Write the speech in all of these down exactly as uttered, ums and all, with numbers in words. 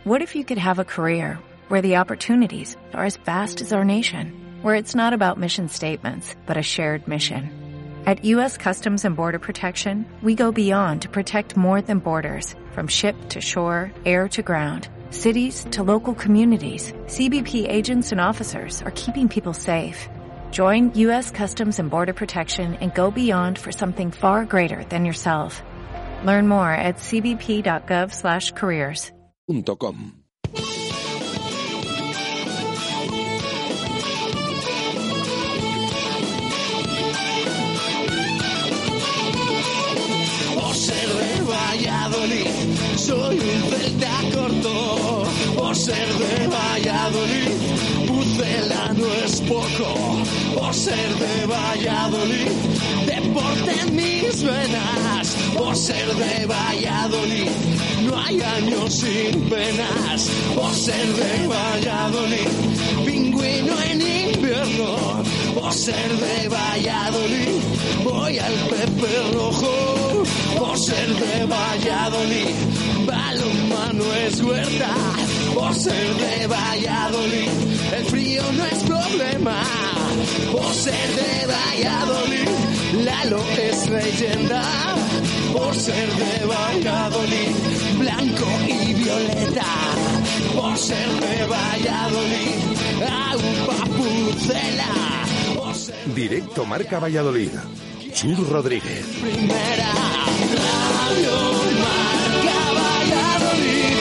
What if you could have a career where the opportunities are as vast as our nation, where it's not about mission statements, but a shared mission? At U S Customs and Border Protection, we go beyond to protect more than borders, from ship to shore, air to ground, cities to local communities. C B P agents and officers are keeping people safe. Join U S Customs and Border Protection and go beyond for something far greater than yourself. Learn more at c b p dot gov slash careers. .com. Por ser de Valladolid, soy un celta corto. Por ser de Valladolid, Pucela no es poco. Por ser de Valladolid, deporte en mis venas. Por ser de Valladolid, no hay años sin penas. Por ser de Valladolid, pingüino en invierno. Por ser de Valladolid, voy al Pepe Rojo. Por ser de Valladolid, balonmano es huerta. Por ser de Valladolid, el frío no es problema. Por ser de Valladolid, Lalo es leyenda. Por ser de Valladolid, blanco y violeta. Por ser de Valladolid, Aupa Pucela. Directo Marca Valladolid. Chur Rodríguez. Primera Radio Marca Valladolid.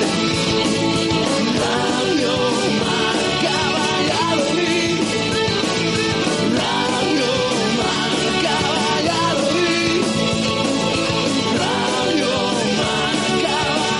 Radio Marca Valladolid. Radio Marca Valladolid. Radio Marca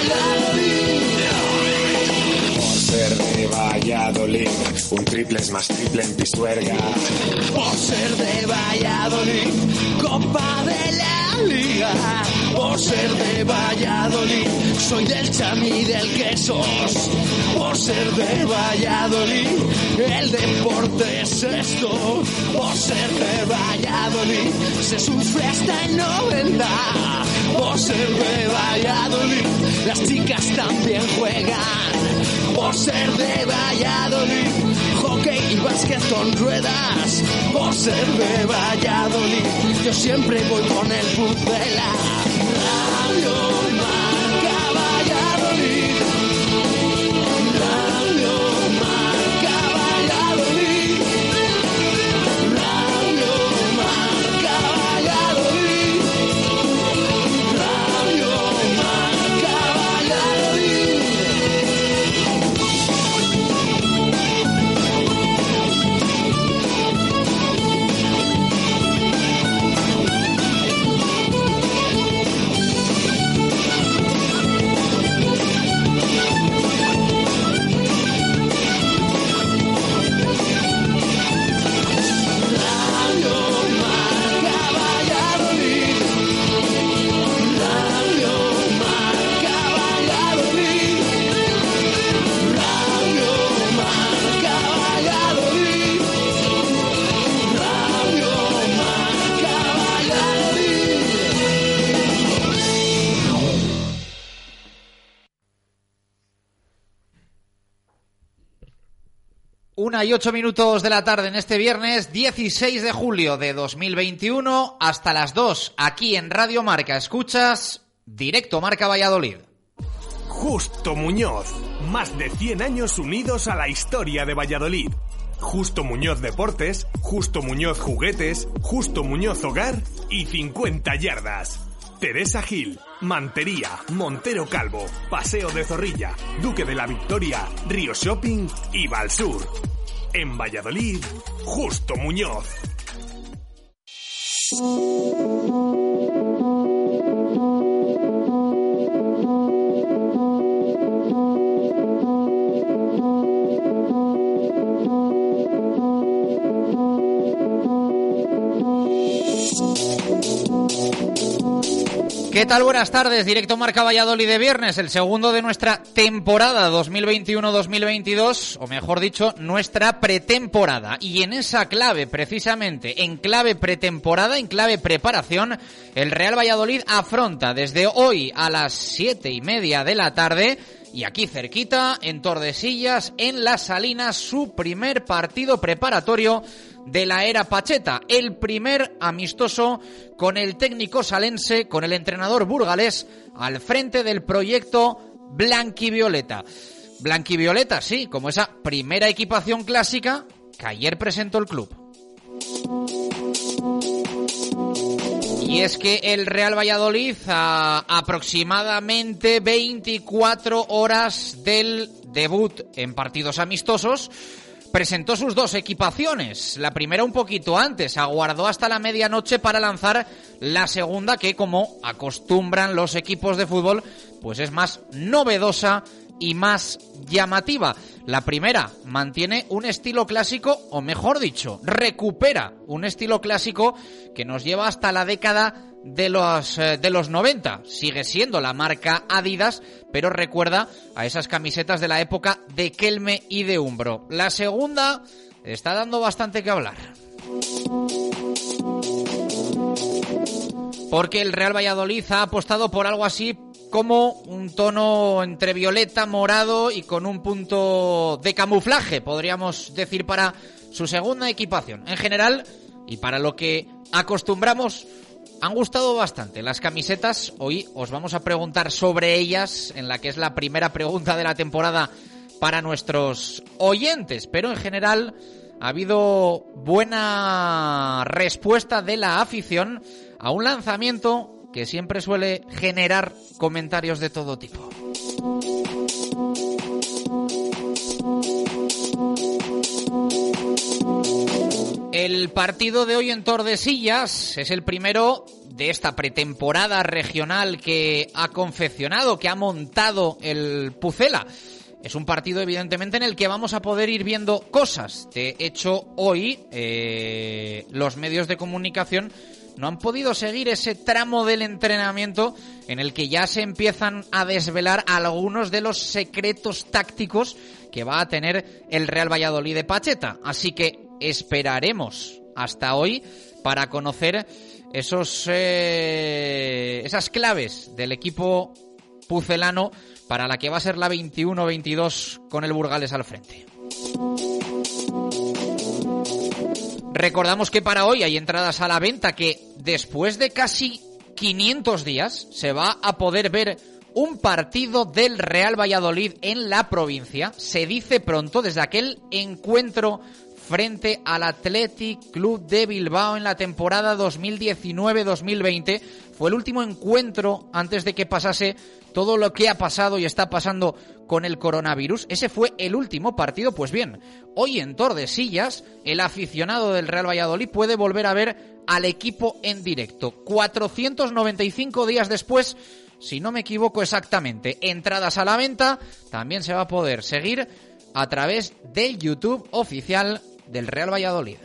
Valladolid. Por ser de Valladolid, un triple es más triple en Pisuerga. Por ser de Valladolid, Copa de la Liga. Por ser de Valladolid, soy del Chami del Quesos. Por ser de Valladolid, el deporte es esto. Por ser de Valladolid, se sufre hasta el noventa. Por ser de Valladolid, las chicas también juegan. Por ser de Valladolid, hockey y básquet con ruedas. Por ser de Valladolid, yo siempre voy con el Pucela. Radio Marca Valladolid. Radio Marca Valladolid. Radio Marca Valladolid. Radio Marca Valladolid. Una y ocho minutos de la tarde en este viernes dieciséis de julio de dos mil veintiuno, hasta las dos, aquí en Radio Marca. Escuchas Directo Marca Valladolid. Justo Muñoz, más de cien años unidos a la historia de Valladolid. Justo Muñoz Deportes, Justo Muñoz Juguetes, Justo Muñoz Hogar y cincuenta yardas. Teresa Gil, Mantería, Montero Calvo, Paseo de Zorrilla, Duque de la Victoria, Río Shopping y Valsur. En Valladolid, Justo Muñoz. ¿Qué tal? Buenas tardes, Directo Marca Valladolid de viernes, el segundo de nuestra temporada dos mil veintiuno dos mil veintidós, o mejor dicho, nuestra pretemporada. Y en esa clave, precisamente, en clave pretemporada, en clave preparación, el Real Valladolid afronta desde hoy a las siete y media de la tarde y aquí cerquita, en Tordesillas, en Las Salinas, su primer partido preparatorio de la era Pacheta, el primer amistoso con el técnico salense, con el entrenador burgalés al frente del proyecto Blanquivioleta. Blanquivioleta, sí, como esa primera equipación clásica que ayer presentó el club. Y es que el Real Valladolid, a aproximadamente veinticuatro horas del debut en partidos amistosos, presentó sus dos equipaciones. La primera un poquito antes, aguardó hasta la medianoche para lanzar la segunda, que como acostumbran los equipos de fútbol, pues es más novedosa y más llamativa. La primera mantiene un estilo clásico, o mejor dicho, recupera un estilo clásico que nos lleva hasta la década de los eh, de los noventa. Sigue siendo la marca Adidas, pero recuerda a esas camisetas de la época de Kelme y de Umbro. La segunda está dando bastante que hablar, porque el Real Valladolid ha apostado por algo así como un tono entre violeta, morado y con un punto de camuflaje, podríamos decir, para su segunda equipación. En general, y para lo que acostumbramos, han gustado bastante las camisetas. Hoy os vamos a preguntar sobre ellas, en la que es la primera pregunta de la temporada para nuestros oyentes, pero en general ha habido buena respuesta de la afición a un lanzamiento que siempre suele generar comentarios de todo tipo. El partido de hoy en Tordesillas es el primero de esta pretemporada regional que ha confeccionado, que ha montado el Pucela. Es un partido, evidentemente, en el que vamos a poder ir viendo cosas. De hecho, hoy eh, los medios de comunicación no han podido seguir ese tramo del entrenamiento en el que ya se empiezan a desvelar algunos de los secretos tácticos que va a tener el Real Valladolid de Pacheta. Así que esperaremos hasta hoy para conocer esos eh, esas claves del equipo pucelano para la que va a ser la veintiuno veintidós con el Burgales al frente. Recordamos que para hoy hay entradas a la venta, que después de casi quinientos días se va a poder ver un partido del Real Valladolid en la provincia. Se dice pronto, desde aquel encuentro frente al Athletic Club de Bilbao en la temporada dos mil diecinueve dos mil veinte. Fue el último encuentro antes de que pasase todo lo que ha pasado y está pasando con el coronavirus. Ese fue el último partido. Pues bien, hoy en Tordesillas, el aficionado del Real Valladolid puede volver a ver al equipo en directo. cuatrocientos noventa y cinco días después, si no me equivoco exactamente. Entradas a la venta, también se va a poder seguir a través del YouTube oficial del Real Valladolid.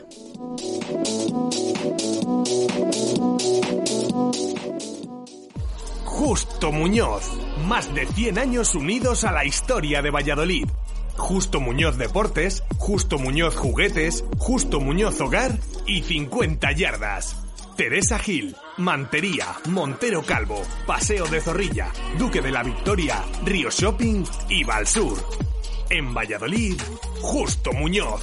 Justo Muñoz, más de cien años unidos a la historia de Valladolid. Justo Muñoz Deportes, Justo Muñoz Juguetes, Justo Muñoz Hogar y cincuenta yardas. Teresa Gil, Mantería, Montero Calvo, Paseo de Zorrilla, Duque de la Victoria, Río Shopping y Valsur. En Valladolid, Justo Muñoz.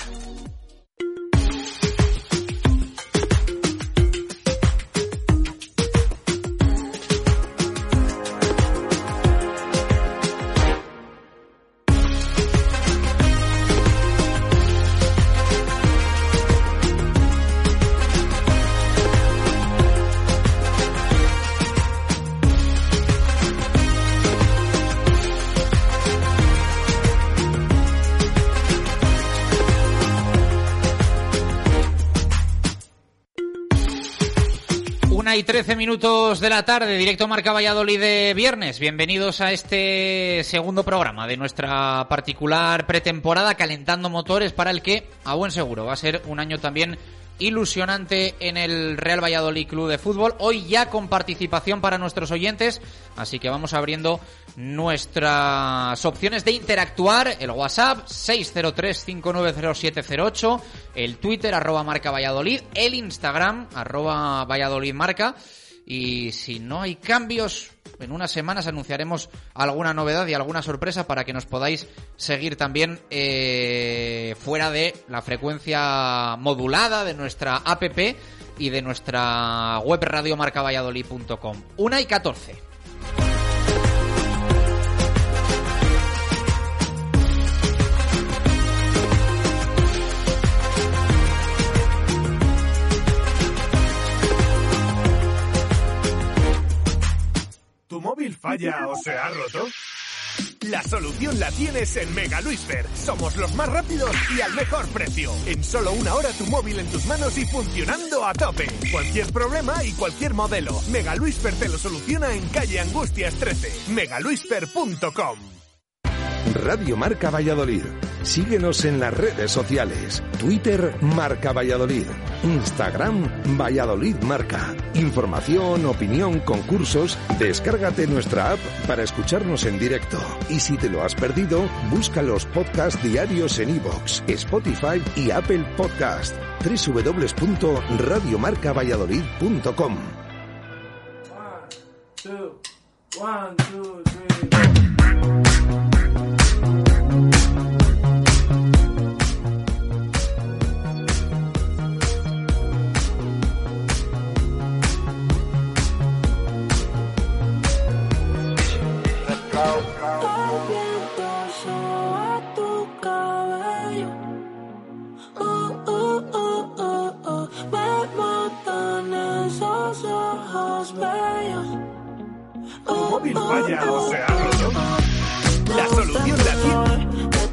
Y trece minutos de la tarde, directo Marca Valladolid de viernes. Bienvenidos a este segundo programa de nuestra particular pretemporada, calentando motores para el que, a buen seguro, va a ser un año también ilusionante en el Real Valladolid Club de Fútbol. Hoy ya con participación para nuestros oyentes, así que vamos abriendo nuestras opciones de interactuar. El WhatsApp seis cero tres cinco nueve cero siete cero ocho, el Twitter arroba Marca Valladolid, el Instagram arroba Valladolid Marca. Y si no hay cambios, en unas semanas anunciaremos alguna novedad y alguna sorpresa para que nos podáis seguir también eh, fuera de la frecuencia modulada de nuestra app y de nuestra web radio marca valladolid punto com. Una y catorce. ¿Tu móvil falla o se ha roto? La solución la tienes en Mega Luisfer. Somos los más rápidos y al mejor precio. En solo una hora tu móvil en tus manos y funcionando a tope. Cualquier problema y cualquier modelo. Mega Luisfer te lo soluciona en calle Angustias trece. mega luisfer punto com. Radio Marca Valladolid. Síguenos en las redes sociales. Twitter Marca Valladolid. Instagram Valladolid Marca. Información, opinión, concursos. Descárgate nuestra app para escucharnos en directo. Y si te lo has perdido, busca los podcasts diarios en iVoox, Spotify y Apple Podcast. doble u doble u doble u punto radio marca valladolid punto com. One, two, one, two, three. ¿Tu móvil falla o se ha roto? La solución la tiene.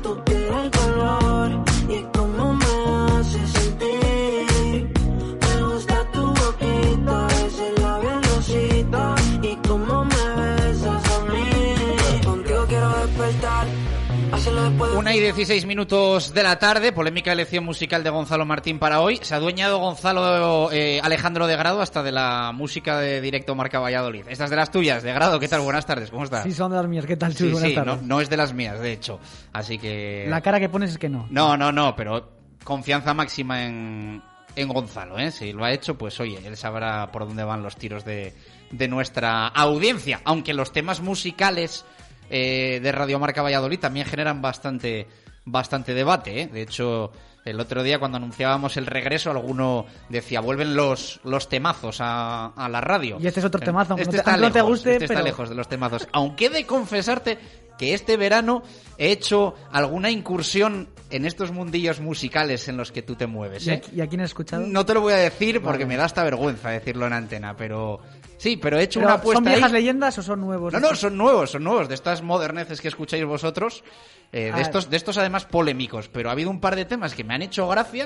Una y dieciséis minutos de la tarde, polémica elección musical de Gonzalo Martín para hoy. Se ha adueñado Gonzalo eh, Alejandro de Grado hasta de la música de Directo Marca Valladolid. Estas de las tuyas, de Grado, ¿qué tal? Buenas tardes, ¿cómo estás? Sí, son de las mías, ¿qué tal, Chus? Sí, Buenas sí, tardes. no, no es de las mías, de hecho. Así que... La cara que pones es que no. No, no, no, pero confianza máxima en, en Gonzalo, ¿eh? Si lo ha hecho, pues oye, él sabrá por dónde van los tiros de, de nuestra audiencia. Aunque los temas musicales eh, de Radio Marca Valladolid también generan bastante... bastante debate, ¿eh? De hecho, el otro día cuando anunciábamos el regreso, alguno decía, vuelven los los temazos a, a la radio. Y este es otro temazo, aunque este no te, está aunque lejos, no te guste, este pero... está lejos de los temazos. Aunque he de confesarte que este verano he hecho alguna incursión en estos mundillos musicales en los que tú te mueves, ¿eh? ¿Y a, ¿y a quién has escuchado? No te lo voy a decir porque vale. me da hasta vergüenza decirlo en antena, pero... Sí, pero he hecho ¿Pero una apuesta ¿Son viejas ahí. leyendas o son nuevos? No, no, son nuevos, son nuevos. De estas moderneces que escucháis vosotros, eh, de Ah, estos de estos además polémicos. Pero ha habido un par de temas que me han hecho gracia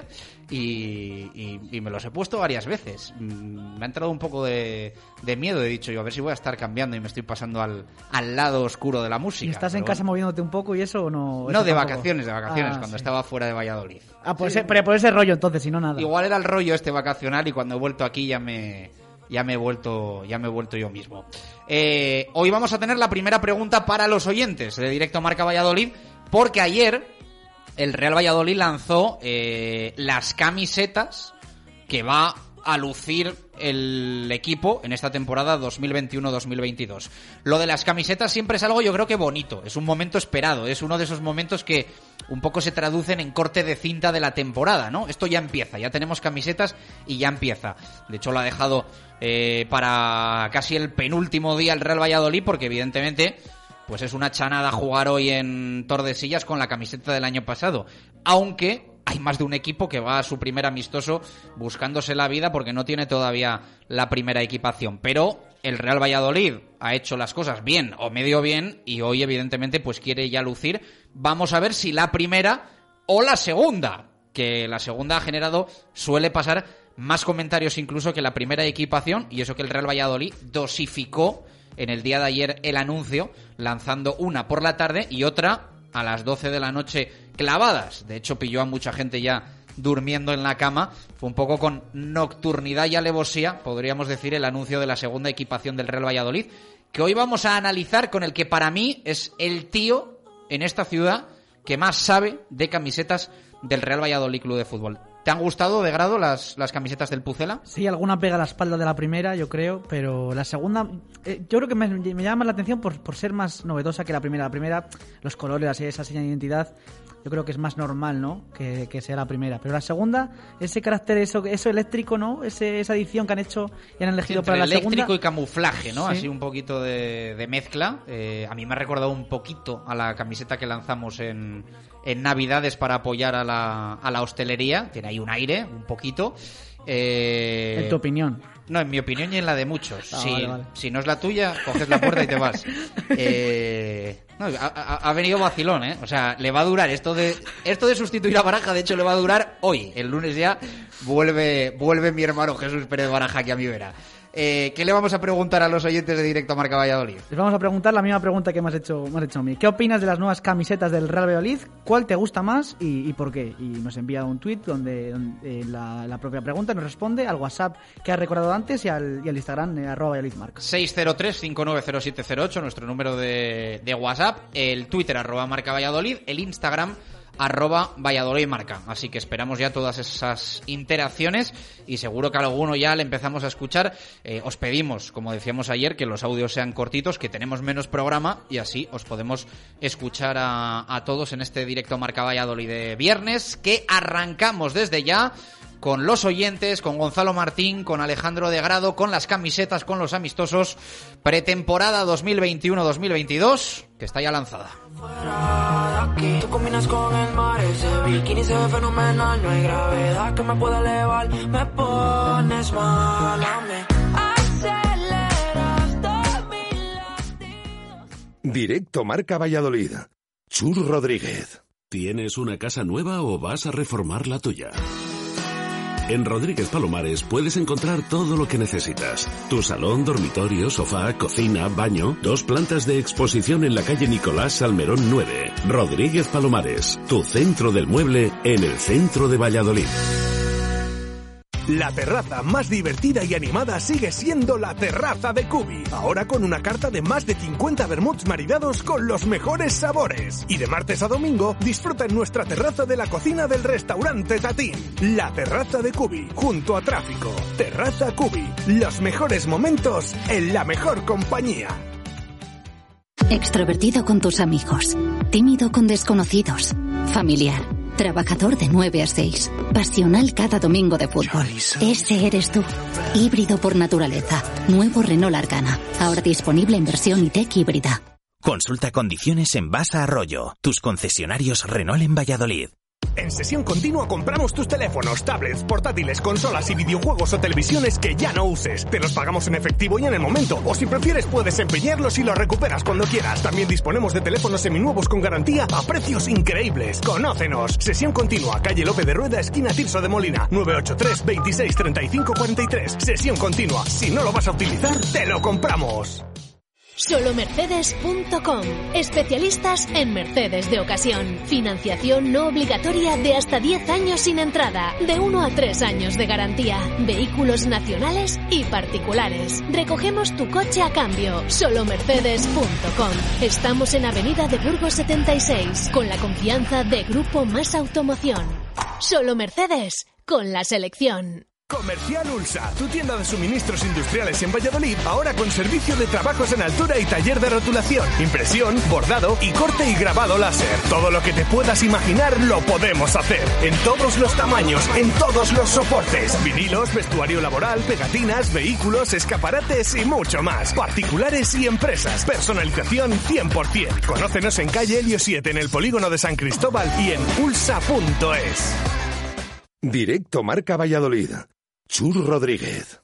y, y, y me los he puesto varias veces. Mm, me ha entrado un poco de, de miedo. He dicho yo, a ver si voy a estar cambiando y me estoy pasando al, al lado oscuro de la música. ¿Y estás en Pero casa bueno. moviéndote un poco y eso o no? No, Eso de tampoco? vacaciones, de vacaciones, Ah, cuando sí. estaba fuera de Valladolid. Ah, pues, pero por ese rollo entonces, si no nada. Igual era el rollo este vacacional y cuando he vuelto aquí ya me... Ya me he vuelto, ya me he vuelto yo mismo. Eh, hoy vamos a tener la primera pregunta para los oyentes de Directo Marca Valladolid, porque ayer el Real Valladolid lanzó eh, las camisetas que va a lucir el equipo en esta temporada dos mil veintiuno dos mil veintidós. Lo de las camisetas siempre es algo, yo creo que bonito, es un momento esperado, es uno de esos momentos que un poco se traducen en corte de cinta de la temporada, ¿no? Esto ya empieza, ya tenemos camisetas y ya empieza. De hecho lo ha dejado eh, para casi el penúltimo día el Real Valladolid porque evidentemente pues es una chanada jugar hoy en Tordesillas con la camiseta del año pasado, aunque hay más de un equipo que va a su primer amistoso buscándose la vida porque no tiene todavía la primera equipación. Pero el Real Valladolid ha hecho las cosas bien o medio bien y hoy evidentemente pues quiere ya lucir. Vamos a ver si la primera o la segunda, que la segunda ha generado, suele pasar más comentarios incluso que la primera equipación, y eso que el Real Valladolid dosificó en el día de ayer el anuncio, lanzando una por la tarde y otra a las doce de la noche clavadas. De hecho, pilló a mucha gente ya durmiendo en la cama. Fue un poco con nocturnidad y alevosía, podríamos decir, el anuncio de la segunda equipación del Real Valladolid, que hoy vamos a analizar con el que para mí es el tío en esta ciudad que más sabe de camisetas del Real Valladolid Club de Fútbol. ¿Te han gustado de grado las, las camisetas del Pucela? Sí, alguna pega a la espalda de la primera, yo creo, pero la segunda, eh, yo creo que me, me llama más la atención por, por ser más novedosa que la primera. La primera, los colores, esa señal de identidad, yo creo que es más normal, ¿no? Que, que sea la primera. Pero la segunda, ese carácter, eso, eso eléctrico, ¿no? Ese, esa edición que han hecho y han elegido sí, para la eléctrico segunda. Eléctrico y camuflaje, ¿no? Sí. Así un poquito de, de mezcla. Eh, a mí me ha recordado un poquito a la camiseta que lanzamos en, en Navidades para apoyar a la, a la hostelería. Tiene ahí un aire, un poquito. Eh... En tu opinión. No, en mi opinión y en la de muchos. Ah, si, vale, vale. si no es la tuya, coges la puerta y te vas. Eh, no, ha, ha, ha venido vacilón, ¿eh? O sea, le va a durar esto de esto de sustituir a Baraja, de hecho le va a durar hoy. El lunes ya vuelve vuelve mi hermano Jesús Pérez Baraja aquí a mi vera. Eh, ¿Qué le vamos a preguntar a los oyentes de Directo Marca Valladolid? Les vamos a preguntar la misma pregunta que me has hecho, me has hecho a mí. ¿Qué opinas de las nuevas camisetas del Real Valladolid? ¿Cuál te gusta más y, y por qué? Y nos envía un tuit donde, donde eh, la, la propia pregunta nos responde al WhatsApp que has recordado antes y al, y al Instagram eh, arroba Valladolid Marca. seis cero tres, cinco nueve cero siete cero ocho, nuestro número de, de WhatsApp, el Twitter arroba Marca Valladolid, el Instagram arroba Valladolid Marca. Así que esperamos ya todas esas interacciones y seguro que alguno ya le empezamos a escuchar. Eh, os pedimos, como decíamos ayer, que los audios sean cortitos, que tenemos menos programa y así os podemos escuchar a, a todos en este Directo Marca Valladolid de viernes, que arrancamos desde ya con los oyentes, con Gonzalo Martín, con Alejandro de Grado, con las camisetas, con los amistosos, pretemporada dos mil veintiuno dos mil veintidós, que está ya lanzada. Tú combinas con el mar, ese bikini se ve fenomenal, no hay gravedad que me pueda elevar, me pones mal a mí. Aceleras todos mis latidos. Directo Marca Valladolid. Chur Rodríguez. ¿Tienes una casa nueva o vas a reformar la tuya? En Rodríguez Palomares puedes encontrar todo lo que necesitas. Tu salón, dormitorio, sofá, cocina, baño, dos plantas de exposición en la calle Nicolás Salmerón nueve. Rodríguez Palomares, tu centro del mueble en el centro de Valladolid. La terraza más divertida y animada sigue siendo la terraza de Cubi. Ahora con una carta de más de cincuenta vermuts maridados con los mejores sabores. Y de martes a domingo disfruta en nuestra terraza de la cocina del restaurante Tatín. La terraza de Cubi, junto a Tráfico. Terraza Cubi, los mejores momentos en la mejor compañía. Extrovertido con tus amigos, tímido con desconocidos, familiar, trabajador de nueve a seis, pasional cada domingo de fútbol. Ese eres tú. Híbrido por naturaleza. Nuevo Renault Arcana. Ahora disponible en versión E-Tech híbrida. Consulta condiciones en Basa Arroyo, tus concesionarios Renault en Valladolid. En Sesión Continua compramos tus teléfonos, tablets, portátiles, consolas y videojuegos o televisiones que ya no uses. Te los pagamos en efectivo y en el momento. O si prefieres puedes empeñarlos y los recuperas cuando quieras. También disponemos de teléfonos seminuevos con garantía a precios increíbles. ¡Conócenos! Sesión Continua, calle Lope de Rueda, esquina Tirso de Molina. nueve ocho tres, veintiséis, treinta y cinco, cuarenta y tres. Sesión Continua. Si no lo vas a utilizar, te lo compramos. Solo Mercedes punto com. Especialistas en Mercedes de ocasión. Financiación no obligatoria de hasta diez años sin entrada. De uno a tres años de garantía. Vehículos nacionales y particulares. Recogemos tu coche a cambio. Solo Mercedes punto com. Estamos en Avenida de Burgos setenta y seis. Con la confianza de Grupo Más Automoción. Solo Mercedes con la selección. Comercial Ulsa, tu tienda de suministros industriales en Valladolid, ahora con servicio de trabajos en altura y taller de rotulación, impresión, bordado y corte y grabado láser. Todo lo que te puedas imaginar lo podemos hacer. En todos los tamaños, en todos los soportes. Vinilos, vestuario laboral, pegatinas, vehículos, escaparates y mucho más. Particulares y empresas. Personalización cien por ciento. Conócenos en calle Helio siete en el polígono de San Cristóbal y en ulsa punto es. Directo Marca Valladolid. Chur Rodríguez.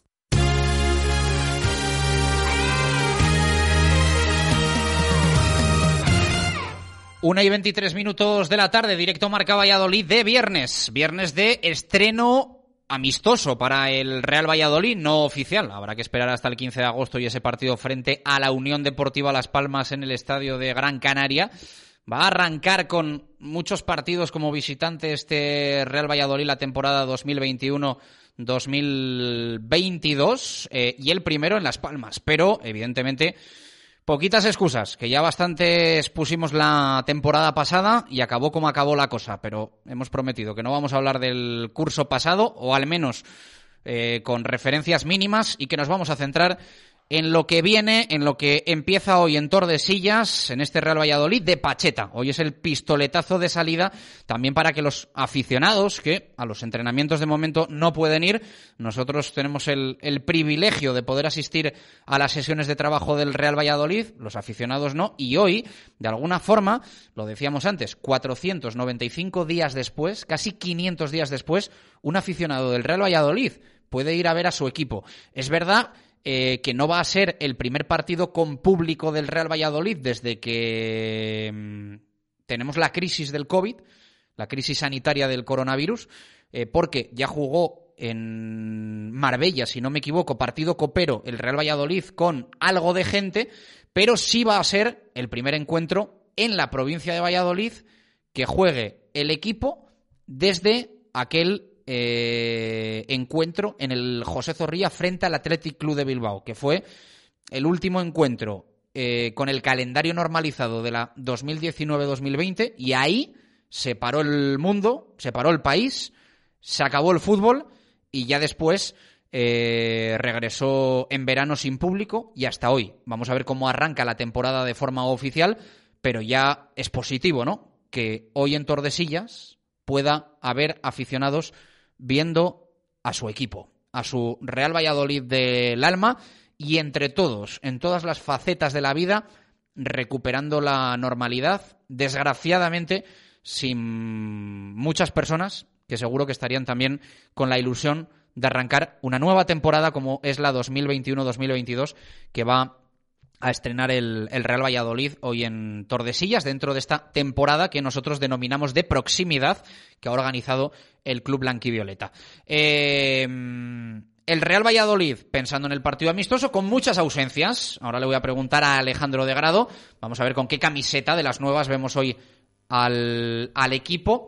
Una y veintitrés minutos de la tarde, Directo Marca Valladolid de viernes. Viernes de estreno amistoso para el Real Valladolid, no oficial. Habrá que esperar hasta el quince de agosto y ese partido frente a la Unión Deportiva Las Palmas en el estadio de Gran Canaria. Va a arrancar con muchos partidos como visitante este Real Valladolid la temporada dos mil veintiuno dos mil veintidós eh, y el primero en Las Palmas, pero evidentemente Poquitas excusas, que ya bastantes pusimos la temporada pasada y acabó como acabó la cosa, pero hemos prometido que no vamos a hablar del curso pasado, o al menos eh, con referencias mínimas, y que nos vamos a centrar en lo que viene, en lo que empieza hoy en Tordesillas, en este Real Valladolid de Pacheta. Hoy es el pistoletazo de salida también para que los aficionados, que a los entrenamientos de momento no pueden ir, nosotros tenemos el, el privilegio de poder asistir a las sesiones de trabajo del Real Valladolid, los aficionados no, y hoy, de alguna forma, lo decíamos antes, cuatrocientos noventa y cinco días después, casi quinientos días después, un aficionado del Real Valladolid puede ir a ver a su equipo. Es verdad Eh, que no va a ser el primer partido con público del Real Valladolid desde que mmm, tenemos la crisis del COVID, la crisis sanitaria del coronavirus, eh, porque ya jugó en Marbella, si no me equivoco, partido copero el Real Valladolid con algo de gente, pero sí va a ser el primer encuentro en la provincia de Valladolid que juegue el equipo desde aquel Eh, encuentro en el José Zorrilla frente al Athletic Club de Bilbao, que fue el último encuentro eh, con el calendario normalizado de la dos mil diecinueve dos mil veinte, y ahí se paró el mundo, se paró el país, se acabó el fútbol y ya después eh, regresó en verano sin público y hasta hoy. Vamos a ver cómo arranca la temporada de forma oficial, pero ya es positivo, ¿no?, que hoy en Tordesillas pueda haber aficionados viendo a su equipo, a su Real Valladolid del alma, y entre todos, en todas las facetas de la vida, recuperando la normalidad, desgraciadamente sin muchas personas que seguro que estarían también con la ilusión de arrancar una nueva temporada como es la dos mil veintiuno dos mil veintidós, que va a estrenar el, el Real Valladolid hoy en Tordesillas, dentro de esta temporada que nosotros denominamos de proximidad, que ha organizado el Club Blanquivioleta. Eh, el Real Valladolid, pensando en el partido amistoso, con muchas ausencias. Ahora le voy a preguntar a Alejandro de Grado. Vamos a ver con qué camiseta de las nuevas vemos hoy al, al equipo.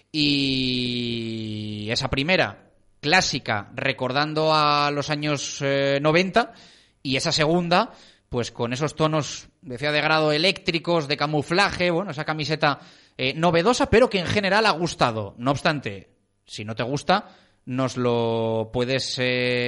Y esa primera, clásica, recordando a los años eh, noventa, y esa segunda, pues con esos tonos, decía de Grado, eléctricos, de camuflaje, bueno, esa camiseta eh, novedosa, pero que en general ha gustado. No obstante, si no te gusta, nos lo puedes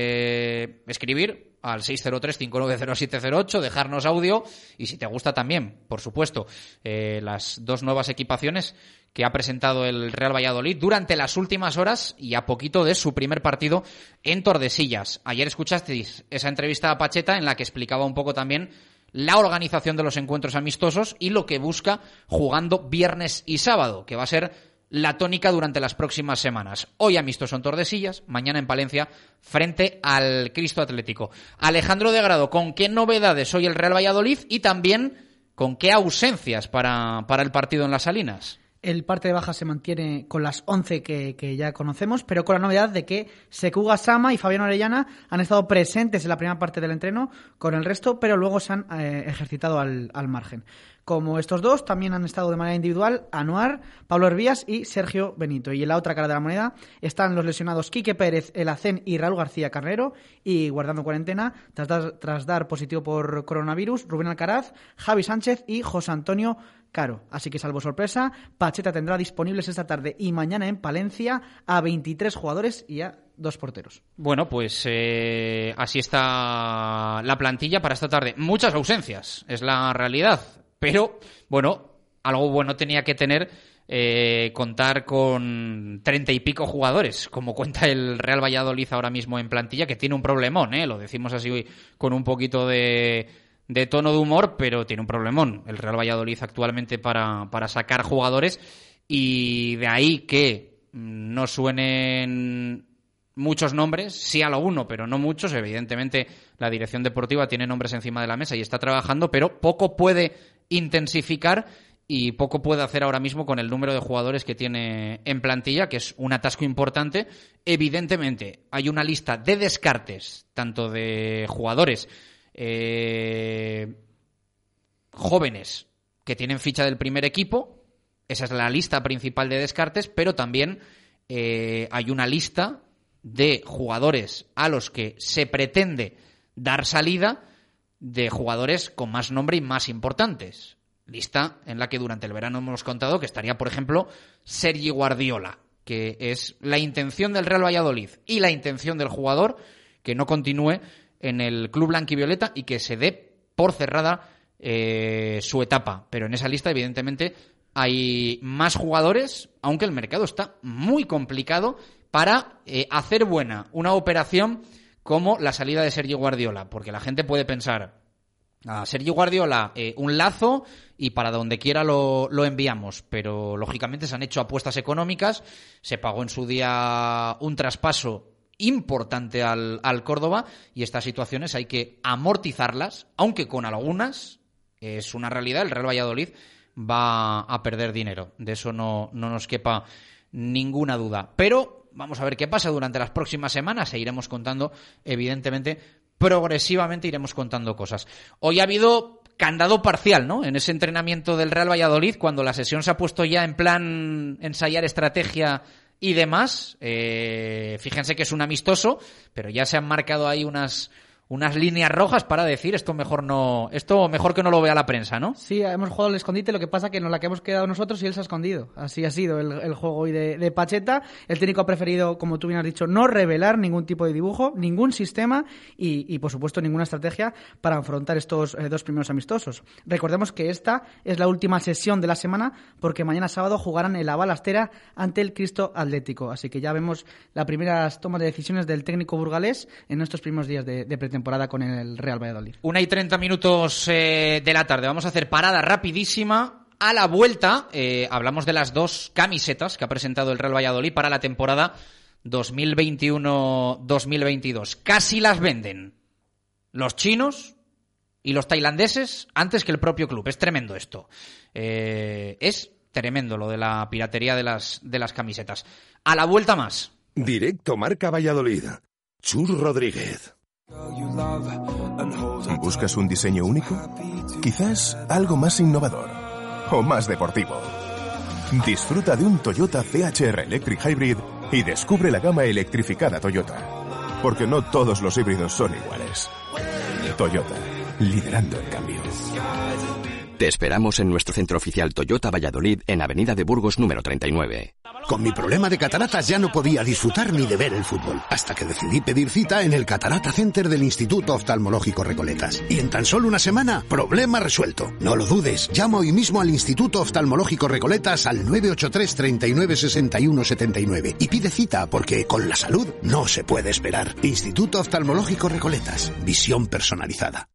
eh, escribir al seis cero tres cinco nueve cero siete cero ocho, dejarnos audio, y si te gusta también, por supuesto, eh, las dos nuevas equipaciones que ha presentado el Real Valladolid durante las últimas horas y a poquito de su primer partido en Tordesillas. Ayer escuchasteis esa entrevista a Pacheta en la que explicaba un poco también la organización de los encuentros amistosos y lo que busca jugando viernes y sábado, que va a ser la tónica durante las próximas semanas. Hoy amistoso en Tordesillas, mañana en Palencia frente al Cristo Atlético. Alejandro de Grado, ¿con qué novedades hoy el Real Valladolid y también con qué ausencias para, para el partido en Las Salinas? El parte de baja se mantiene con las once que, que ya conocemos, pero con la novedad de que Sekuga Sama y Fabián Orellana han estado presentes en la primera parte del entreno con el resto, pero luego se han eh, ejercitado al, al margen. Como estos dos, también han estado de manera individual Anuar, Pablo Hervías y Sergio Benito. Y en la otra cara de la moneda están los lesionados Quique Pérez, El Hacén y Raúl García Carnero, y guardando cuarentena tras dar, tras dar positivo por coronavirus, Rubén Alcaraz, Javi Sánchez y José Antonio Caro. Así que, salvo sorpresa, Pacheta tendrá disponibles esta tarde y mañana en Palencia a veintitrés jugadores y a dos porteros. Bueno, pues eh, así está la plantilla para esta tarde. Muchas ausencias, es la realidad. Pero, bueno, algo bueno tenía que tener eh, contar con treinta y pico jugadores, como cuenta el Real Valladolid ahora mismo en plantilla, que tiene un problemón, ¿eh? Lo decimos así hoy con un poquito de, de tono de humor, pero tiene un problemón el Real Valladolid actualmente para, para sacar jugadores, y de ahí que no suenen muchos nombres, sí a lo uno, pero no muchos. Evidentemente la dirección deportiva tiene nombres encima de la mesa y está trabajando, pero poco puede intensificar y poco puede hacer ahora mismo con el número de jugadores que tiene en plantilla, que es un atasco importante. Evidentemente hay una lista de descartes, tanto de jugadores eh, jóvenes que tienen ficha del primer equipo, esa es la lista principal de descartes, pero también eh, hay una lista de jugadores a los que se pretende dar salida de jugadores con más nombre y más importantes. Lista en la que durante el verano hemos contado que estaría, por ejemplo, Sergi Guardiola, que es la intención del Real Valladolid y la intención del jugador que no continúe en el club blanquivioleta y que se dé por cerrada eh, su etapa. Pero en esa lista, evidentemente, hay más jugadores, aunque el mercado está muy complicado para eh, hacer buena una operación como la salida de Sergi Guardiola, porque la gente puede pensar: a Sergi Guardiola eh, un lazo y para donde quiera lo, lo enviamos, pero lógicamente se han hecho apuestas económicas, se pagó en su día un traspaso importante al, al Córdoba y estas situaciones hay que amortizarlas, aunque con algunas es una realidad, el Real Valladolid va a perder dinero, de eso no, no nos quepa ninguna duda, pero vamos a ver qué pasa durante las próximas semanas e iremos contando, evidentemente, progresivamente iremos contando cosas. Hoy ha habido candado parcial, ¿no?, en ese entrenamiento del Real Valladolid, cuando la sesión se ha puesto ya en plan ensayar estrategia y demás. Eh, fíjense que es un amistoso, pero ya se han marcado ahí unas unas líneas rojas para decir esto mejor no, esto mejor que no lo vea la prensa, ¿no? Sí, hemos jugado al escondite, lo que pasa que nos la que hemos quedado nosotros y él se ha escondido. Así ha sido el, el juego hoy de, de Pacheta. El técnico ha preferido, como tú bien has dicho, no revelar ningún tipo de dibujo, ningún sistema y, y por supuesto, ninguna estrategia para afrontar estos eh, dos primeros amistosos. Recordemos que esta es la última sesión de la semana porque mañana sábado jugarán en la Balastera ante el Cristo Atlético. Así que ya vemos las primeras tomas de decisiones del técnico burgalés en estos primeros días de, de pretemporada con el Real Valladolid. Una y treinta minutos eh, de la tarde. Vamos a hacer parada rapidísima. A la vuelta eh, hablamos de las dos camisetas que ha presentado el Real Valladolid para la temporada dos mil veintiuno dos mil veintidós. Casi las venden los chinos y los tailandeses antes que el propio club. Es tremendo esto. Eh, es tremendo lo de la piratería de las, de las camisetas. A la vuelta más. Directo Marca Valladolid. Chus Rodríguez. ¿Buscas un diseño único? Quizás algo más innovador o más deportivo. Disfruta de un Toyota C H R Electric Hybrid y descubre la gama electrificada Toyota. Porque no todos los híbridos son iguales. Toyota, liderando el cambio. Te esperamos en nuestro centro oficial Toyota Valladolid en Avenida de Burgos número treinta y nueve. Con mi problema de cataratas ya no podía disfrutar ni de ver el fútbol, hasta que decidí pedir cita en el Catarata Center del Instituto Oftalmológico Recoletas. Y en tan solo una semana, problema resuelto. No lo dudes, llama hoy mismo al Instituto Oftalmológico Recoletas al nueve ocho tres, treinta y nueve, sesenta y uno setenta y nueve y pide cita porque con la salud no se puede esperar. Instituto Oftalmológico Recoletas, visión personalizada.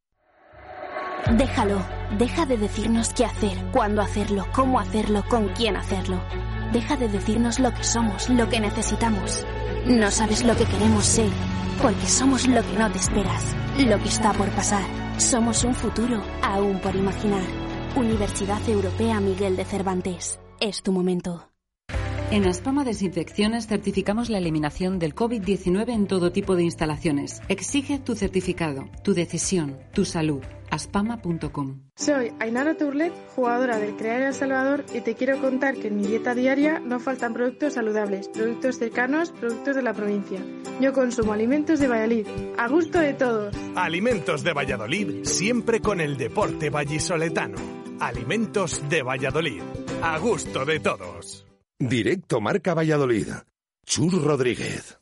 Déjalo, deja de decirnos qué hacer, cuándo hacerlo, cómo hacerlo, con quién hacerlo. Deja de decirnos lo que somos, lo que necesitamos. No sabes lo que queremos ser, porque somos lo que no te esperas, lo que está por pasar. Somos un futuro aún por imaginar. Universidad Europea Miguel de Cervantes. Es tu momento. En Aspama Desinfecciones certificamos la eliminación del COVID diecinueve en todo tipo de instalaciones. Exige tu certificado, tu decisión, tu salud. aspama punto com. Soy Ainara Turlet, jugadora del CREAR El Salvador, y te quiero contar que en mi dieta diaria no faltan productos saludables, productos cercanos, productos de la provincia. Yo consumo alimentos de Valladolid, a gusto de todos. Alimentos de Valladolid, siempre con el deporte vallisoletano. Alimentos de Valladolid, a gusto de todos. Directo Marca Valladolid. Chus Rodríguez.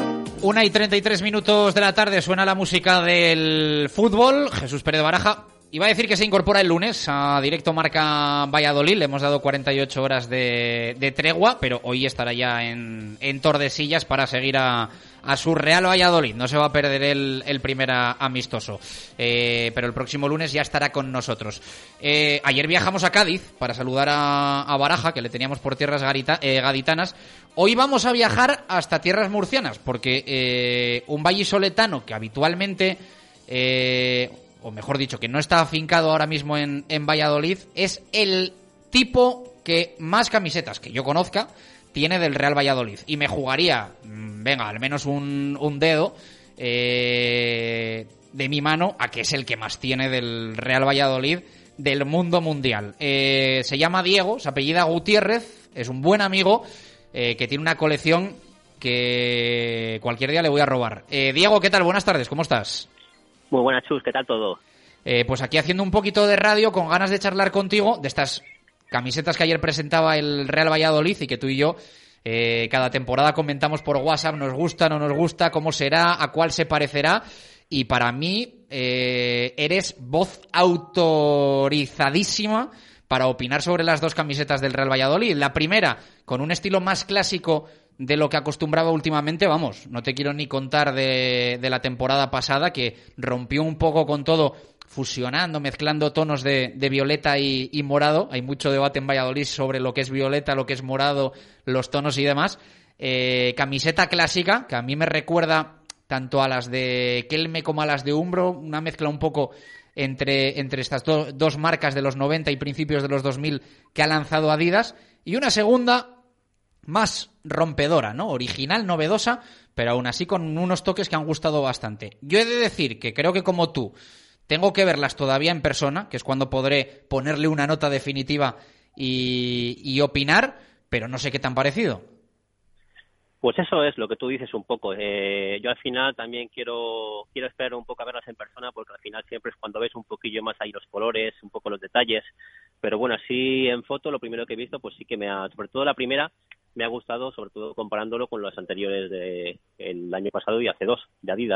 Una y treinta y tres minutos de la tarde suena la música del fútbol. Jesús Pérez de Baraja Iba a decir que se incorpora el lunes a Directo Marca Valladolid. Le hemos dado cuarenta y ocho horas de, de tregua, pero hoy estará ya en, en Tordesillas para seguir a, a su Real Valladolid. No se va a perder el, el primer amistoso, eh, pero el próximo lunes ya estará con nosotros. Eh, ayer viajamos a Cádiz para saludar a, a Baraja, que le teníamos por tierras garita, eh, gaditanas. Hoy vamos a viajar hasta tierras murcianas, porque eh, un vallisoletano que habitualmente... Eh, o mejor dicho, que no está afincado ahora mismo en, en Valladolid, es el tipo que más camisetas que yo conozca tiene del Real Valladolid. Y me jugaría, venga, al menos un, un dedo eh, de mi mano a que es el que más tiene del Real Valladolid del mundo mundial. Eh, se llama Diego, se apellida Gutiérrez, es un buen amigo eh, que tiene una colección que cualquier día le voy a robar. Eh, Diego, ¿qué tal? Buenas tardes, ¿cómo estás? Muy buenas, Chus, ¿qué tal todo? Eh, pues aquí haciendo un poquito de radio, con ganas de charlar contigo de estas camisetas que ayer presentaba el Real Valladolid y que tú y yo eh, cada temporada comentamos por WhatsApp, nos gusta, no nos gusta, cómo será, a cuál se parecerá. Y para mí eh, eres voz autorizadísima para opinar sobre las dos camisetas del Real Valladolid. La primera, con un estilo más clásico de lo que acostumbraba últimamente, vamos, no te quiero ni contar de, de la temporada pasada, que rompió un poco con todo, fusionando, mezclando tonos de, de violeta y, y morado. Hay mucho debate en Valladolid sobre lo que es violeta, lo que es morado, los tonos y demás. Eh, camiseta clásica, que a mí me recuerda tanto a las de Kelme como a las de Umbro, una mezcla un poco entre, entre estas do, dos marcas de los noventa y principios de los dos mil que ha lanzado Adidas, y una segunda más rompedora, ¿no? Original, novedosa, pero aún así con unos toques que han gustado bastante. Yo he de decir que creo que como tú tengo que verlas todavía en persona, que es cuando podré ponerle una nota definitiva y, y opinar, pero no sé qué te han parecido. Pues eso es lo que tú dices un poco. Eh, yo al final también quiero quiero esperar un poco a verlas en persona, porque al final siempre es cuando ves un poquillo más ahí los colores, un poco los detalles. Pero bueno, así en foto lo primero que he visto, pues sí que me ha, sobre todo la primera, me ha gustado, sobre todo comparándolo con los anteriores de el año pasado y hace dos, de Adidas.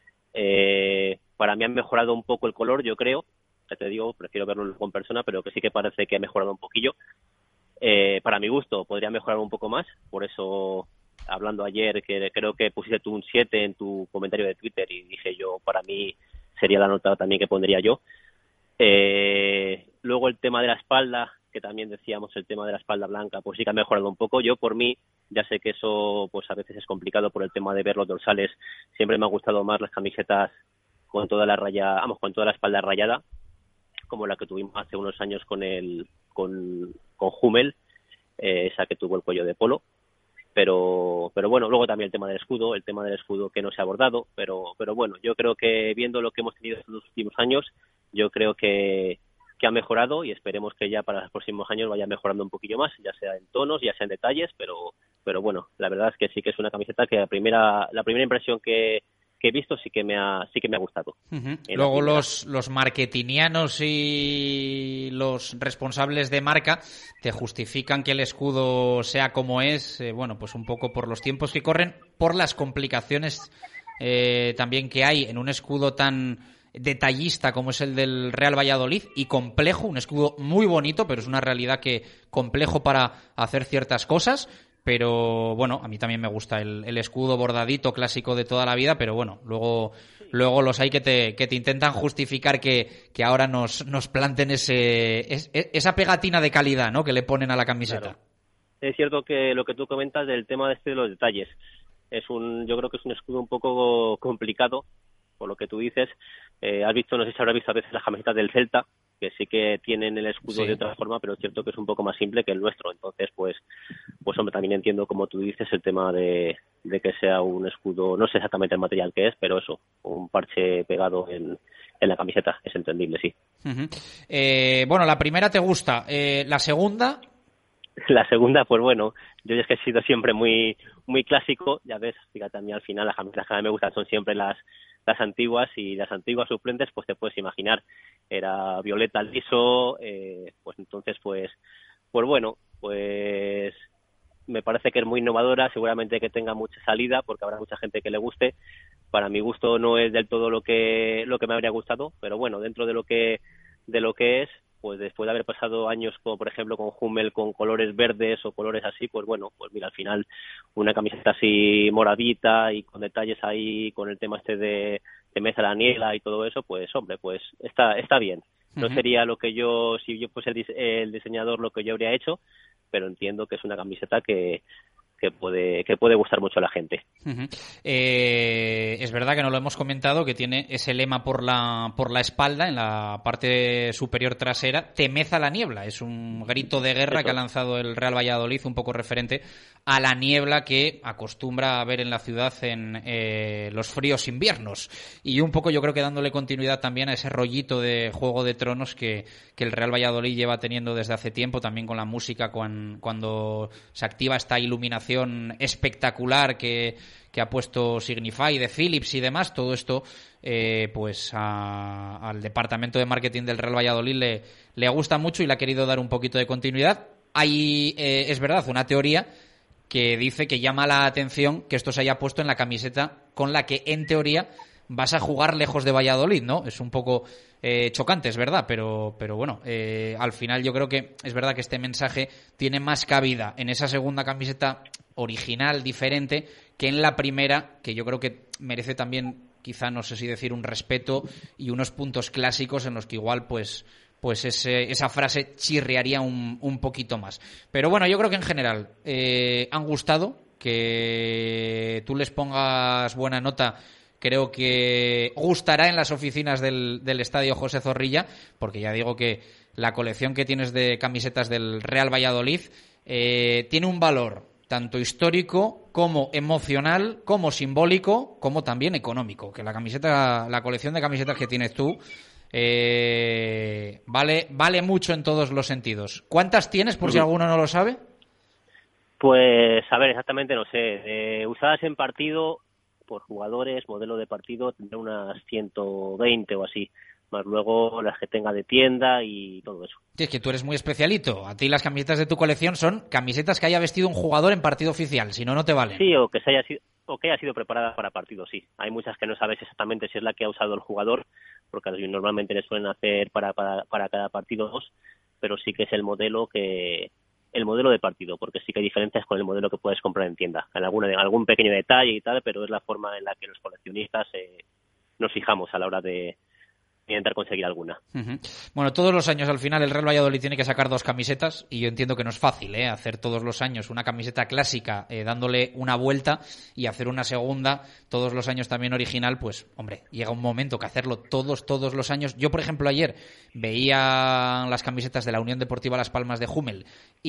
Eh, para mí han mejorado un poco el color, yo creo. Ya te digo, prefiero verlo con persona, pero que sí que parece que ha mejorado un poquillo. Eh, para mi gusto, podría mejorar un poco más. Por eso, hablando ayer, que creo que pusiste tú un siete en tu comentario de Twitter, y dije yo, para mí sería la nota también que pondría yo. Eh, luego el tema de la espalda, que también decíamos, el tema de la espalda blanca, pues sí que ha mejorado un poco. Yo, por mí, ya sé que eso pues a veces es complicado por el tema de ver los dorsales. Siempre me han gustado más las camisetas con toda la raya, vamos, con toda la espalda rayada, como la que tuvimos hace unos años con el con, con Hummel, eh, esa que tuvo el cuello de polo. Pero pero bueno, luego también el tema del escudo, el tema del escudo que no se ha abordado, pero pero bueno, yo creo que viendo lo que hemos tenido estos últimos años, yo creo que que ha mejorado, y esperemos que ya para los próximos años vaya mejorando un poquillo más, ya sea en tonos, ya sea en detalles, pero pero bueno, la verdad es que sí que es una camiseta que la primera la primera impresión que, que he visto sí que me ha sí que me ha gustado. Uh-huh. Luego los los marketingianos y los responsables de marca te justifican que el escudo sea como es, eh, bueno, pues un poco por los tiempos que corren, por las complicaciones eh, también que hay en un escudo tan detallista como es el del Real Valladolid, y complejo, un escudo muy bonito, pero es una realidad que complejo para hacer ciertas cosas. Pero bueno, a mí también me gusta el, el escudo bordadito clásico de toda la vida, pero bueno, luego luego los hay que te que te intentan justificar que, que ahora nos nos planten ese es, esa pegatina de calidad, ¿no?, que le ponen a la camiseta. Claro. Es cierto que lo que tú comentas del tema de este de los detalles es un yo creo que es un escudo un poco complicado, por lo que tú dices. Eh, has visto, no sé si habrás visto a veces las camisetas del Celta, que sí que tienen el escudo sí. de otra forma, pero es cierto que es un poco más simple que el nuestro. Entonces, pues, pues hombre, también entiendo, como tú dices, el tema de, de que sea un escudo, no sé exactamente el material que es, pero eso, un parche pegado en, en la camiseta, es entendible, sí. Uh-huh. Eh, bueno, la primera te gusta, eh, la segunda... La segunda, pues bueno, yo es que he sido siempre muy muy clásico, ya ves, fíjate, a mí al final las camisetas que a mí me gustan son siempre las las antiguas, y las antiguas suplentes, pues te puedes imaginar, era violeta liso, eh, pues entonces pues pues bueno, pues me parece que es muy innovadora, seguramente que tenga mucha salida, porque habrá mucha gente que le guste. Para mi gusto no es del todo lo que lo que me habría gustado, pero bueno, dentro de lo que de lo que es, pues después de haber pasado años, como por ejemplo con Hummel, con colores verdes o colores así, pues bueno, pues mira, al final una camiseta así moradita y con detalles ahí, con el tema este de, de meza la niebla y todo eso, pues hombre, pues está está bien. No uh-huh. sería lo que yo, si yo fuese el, dise- el diseñador, lo que yo habría hecho, pero entiendo que es una camiseta que que puede que puede gustar mucho a la gente. Uh-huh. Eh, es verdad que no lo hemos comentado, que tiene ese lema por la por la espalda, en la parte superior trasera, temeza la niebla. Es un grito de guerra Eso. que ha lanzado el Real Valladolid, un poco referente a la niebla que acostumbra a ver en la ciudad en eh, los fríos inviernos. Y un poco yo creo que dándole continuidad también a ese rollito de Juego de Tronos que, que el Real Valladolid lleva teniendo desde hace tiempo, también con la música cuando, cuando se activa esta iluminación espectacular que, que ha puesto Signify de Philips y demás. Todo esto eh, pues a, al departamento de marketing del Real Valladolid le, le gusta mucho y le ha querido dar un poquito de continuidad. Hay, eh, es verdad, una teoría que dice que llama la atención que esto se haya puesto en la camiseta con la que en teoría vas a jugar lejos de Valladolid, ¿no? Es un poco eh, chocante, es verdad, pero, pero bueno, eh, al final yo creo que es verdad que este mensaje tiene más cabida en esa segunda camiseta original, diferente, que en la primera, que yo creo que merece también, quizá no sé si decir, un respeto y unos puntos clásicos en los que igual pues pues ese, esa frase chirriaría un, un poquito más. Pero bueno, yo creo que en general eh, han gustado, que tú les pongas buena nota. Creo que gustará en las oficinas del, del Estadio José Zorrilla, porque ya digo que la colección que tienes de camisetas del Real Valladolid eh, tiene un valor tanto histórico como emocional, como simbólico, como también económico. Que la camiseta, la colección de camisetas que tienes tú eh, vale, vale mucho en todos los sentidos. ¿Cuántas tienes, por si alguno no lo sabe? Pues, a ver, exactamente no sé. Eh, usadas en partido por jugadores, modelo de partido, tendré unas ciento veinte o así, más luego las que tenga de tienda y todo eso. Sí, es que tú eres muy especialito. A ti las camisetas de tu colección son camisetas que haya vestido un jugador en partido oficial, si no, no te valen. Sí, o que se haya sido, o que haya sido preparada para partido, sí. Hay muchas que no sabes exactamente si es la que ha usado el jugador, porque normalmente le suelen hacer para, para, para cada partido dos, pero sí que es el modelo que... el modelo de partido, porque sí que hay diferencias con el modelo que puedes comprar en tienda, en alguna en algún pequeño detalle y tal, pero es la forma en la que los coleccionistas eh, nos fijamos a la hora de intentar conseguir alguna. Uh-huh. Bueno, todos los años al final el Real Valladolid tiene que sacar dos camisetas y yo entiendo que no es fácil ¿eh? hacer todos los años una camiseta clásica eh, dándole una vuelta y hacer una segunda todos los años también original, pues hombre, llega un momento que hacerlo todos, todos los años. Yo, por ejemplo, ayer veía las camisetas de la Unión Deportiva Las Palmas de Hummel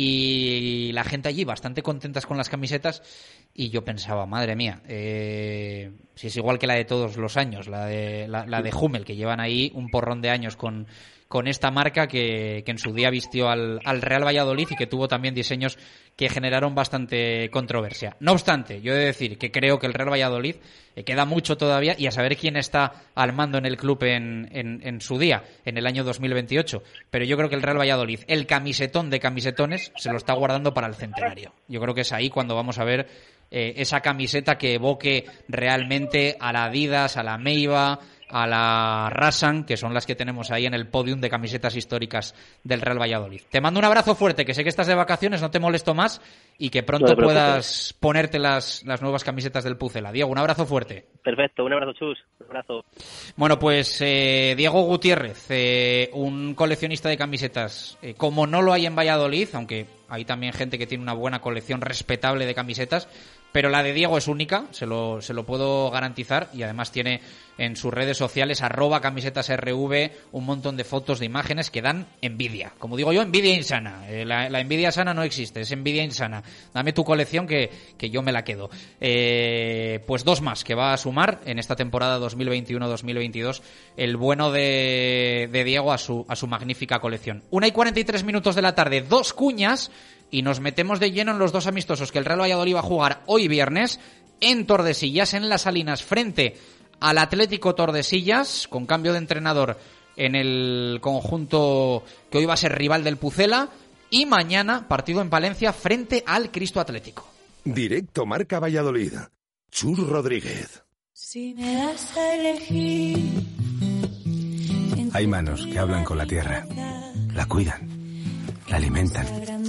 y la gente allí bastante contentas con las camisetas y yo pensaba, madre mía, eh, si es igual que la de todos los años, la de, la, la de Hummel, que llevan ahí un porrón de años con, con esta marca que, que en su día vistió al, al Real Valladolid y que tuvo también diseños que generaron bastante controversia. No obstante, yo he de decir que creo que el Real Valladolid eh, queda mucho todavía y a saber quién está al mando en el club en, en, en su día, en el año dos mil veintiocho. Pero yo creo que el Real Valladolid, el camisetón de camisetones, se lo está guardando para el centenario. Yo creo que es ahí cuando vamos a ver eh, esa camiseta que evoque realmente a la Adidas, a la Meiba, a la Rasan, que son las que tenemos ahí en el podium de camisetas históricas del Real Valladolid. Te mando un abrazo fuerte, que sé que estás de vacaciones, no te molesto más y que pronto no puedas ponerte las, las nuevas camisetas del Pucela. Diego, un abrazo fuerte. Perfecto, un abrazo, Chus. Un abrazo. Bueno, pues eh, Diego Gutiérrez, eh, un coleccionista de camisetas, eh, como no lo hay en Valladolid, aunque hay también gente que tiene una buena colección respetable de camisetas, pero la de Diego es única, se lo, se lo puedo garantizar, y además tiene en sus redes sociales, arroba camisetas R V, un montón de fotos, de imágenes que dan envidia. Como digo yo, envidia insana. Eh, la, la envidia sana no existe, es envidia insana. Dame tu colección que, que yo me la quedo. Eh, pues dos más que va a sumar en esta temporada dos mil veintiuno dos mil veintidós el bueno de, de Diego a su, a su magnífica colección. Una y cuarenta y tres minutos de la tarde, dos cuñas, y nos metemos de lleno en los dos amistosos que el Real Valladolid va a jugar hoy viernes en Tordesillas, en Las Salinas, frente al Atlético Tordesillas, con cambio de entrenador en el conjunto que hoy va a ser rival del Pucela, y mañana partido en Palencia frente al Cristo Atlético. Directo Marca Valladolid. Chus Rodríguez. Si me das a elegir Hay manos que hablan con la tierra, la cuidan, la alimentan.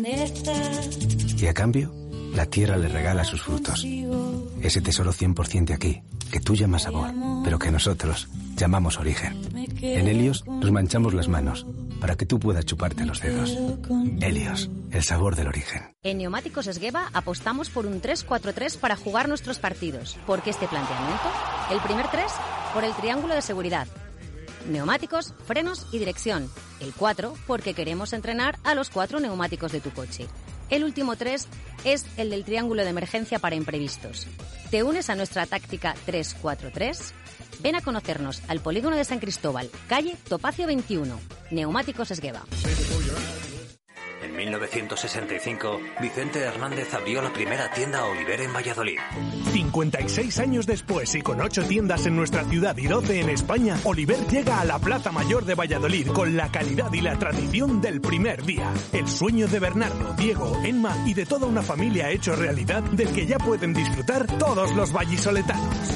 Y a cambio, la tierra le regala sus frutos. Ese tesoro cien por ciento de aquí, que tú llamas sabor, pero que nosotros llamamos origen. En Helios nos manchamos las manos para que tú puedas chuparte los dedos. Helios, el sabor del origen. En Neumáticos Esgueva apostamos por un tres cuatro tres para jugar nuestros partidos. ¿Por qué este planteamiento? El primer tres, por el triángulo de seguridad. Neumáticos, frenos y dirección. El cuatro, porque queremos entrenar a los cuatro neumáticos de tu coche. El último tres es el del triángulo de emergencia para imprevistos. ¿Te unes a nuestra táctica tres cuatro tres? Ven a conocernos al Polígono de San Cristóbal, calle Topacio veintiuno, Neumáticos Esgueva. En mil novecientos sesenta y cinco, Vicente Hernández abrió la primera tienda Oliver en Valladolid. cincuenta y seis años después y con ocho tiendas en nuestra ciudad y doce en España, Oliver llega a la Plaza Mayor de Valladolid con la calidad y la tradición del primer día. El sueño de Bernardo, Diego, Emma y de toda una familia hecho realidad del que ya pueden disfrutar todos los vallisoletanos.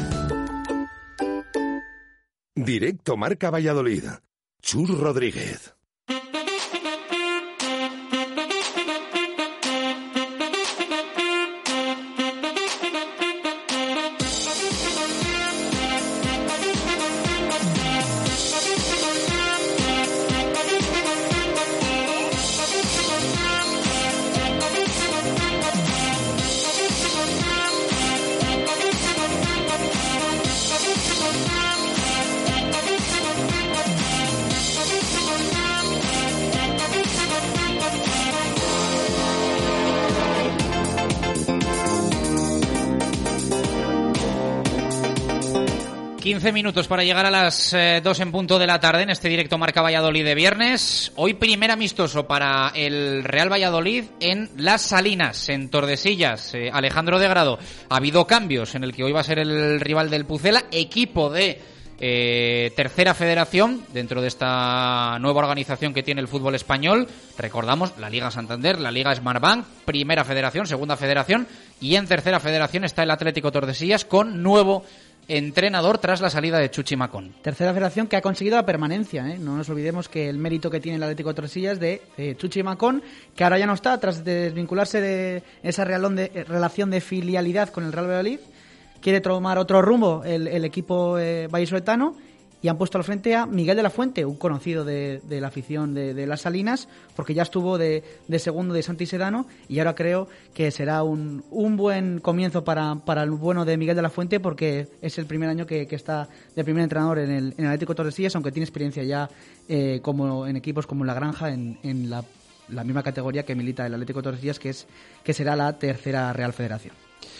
Directo Marca Valladolid. Chus Rodríguez. quince minutos para llegar a las eh, dos en punto de la tarde en este directo Marca Valladolid de viernes. Hoy primer amistoso para el Real Valladolid en Las Salinas, en Tordesillas. Eh, Alejandro de Grado, ha habido cambios en el que hoy va a ser el rival del Pucela, equipo de eh, tercera federación dentro de esta nueva organización que tiene el fútbol español. Recordamos, la Liga Santander, la Liga Smartbank, primera federación, segunda federación, y en tercera federación está el Atlético Tordesillas con nuevo entrenador tras la salida de Chuchi Macón. Tercera federación que ha conseguido la permanencia, ¿eh? No nos olvidemos que el mérito que tiene el Atlético de Tordesillas de eh, Chuchi Macón, que ahora ya no está, tras desvincularse de esa realón de, eh, relación de filialidad con el Real Valladolid, quiere tomar otro rumbo el, el equipo eh, vallisoletano, y han puesto al frente a Miguel de la Fuente, un conocido de, de la afición de, de Las Salinas, porque ya estuvo de, de segundo de Santi Sedano, y ahora creo que será un, un buen comienzo para, para el bueno de Miguel de la Fuente, porque es el primer año que, que está de primer entrenador en el, en el Atlético de Tordesillas, aunque tiene experiencia ya eh, como en equipos como La Granja, en, en la, la misma categoría que milita el Atlético de Tordesillas, que, es, que será la tercera Real Federación.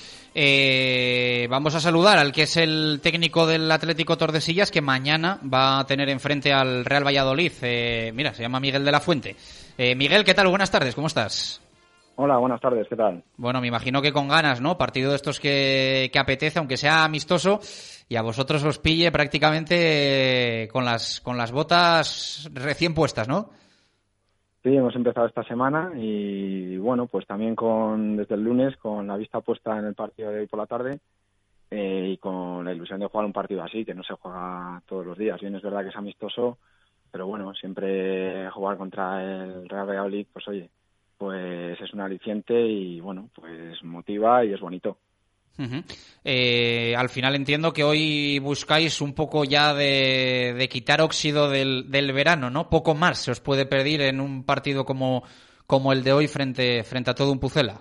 Eh, vamos a saludar al que es el técnico del Atlético Tordesillas, que mañana va a tener enfrente al Real Valladolid. Eh, mira, se llama Miguel de la Fuente. Eh, Miguel, ¿qué tal? Buenas tardes, ¿cómo estás? Hola, buenas tardes, ¿qué tal? Bueno, me imagino que con ganas, ¿no? Partido de estos que, que apetece, aunque sea amistoso, y a vosotros os pille prácticamente eh, con las, con las botas recién puestas, ¿no? Sí, hemos empezado esta semana y bueno, pues también con desde el lunes con la vista puesta en el partido de hoy por la tarde eh, y con la ilusión de jugar un partido así, que no se juega todos los días. Bien, es verdad que es amistoso, pero bueno, siempre jugar contra el Real Valladolid, pues oye, pues es un aliciente y bueno, pues motiva y es bonito. Uh-huh. Eh, al final entiendo que hoy buscáis un poco ya de, de quitar óxido del, del verano, ¿no? Poco más se os puede pedir en un partido como, como el de hoy frente, frente a todo un Pucela.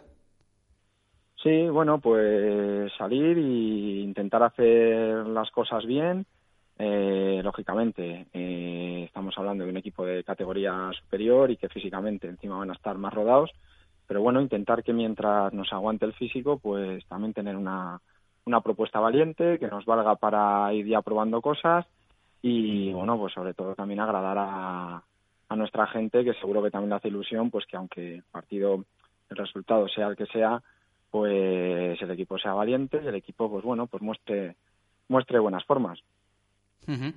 Sí, bueno, pues salir e intentar hacer las cosas bien. Eh, lógicamente, eh, estamos hablando de un equipo de categoría superior y que físicamente encima van a estar más rodados. Pero bueno, intentar que mientras nos aguante el físico, pues también tener una, una propuesta valiente que nos valga para ir ya probando cosas y bueno, pues sobre todo también agradar a, a nuestra gente, que seguro que también le hace ilusión, pues que aunque el partido, el resultado sea el que sea, pues el equipo sea valiente y el equipo, pues bueno, pues muestre, muestre buenas formas. Uh-huh.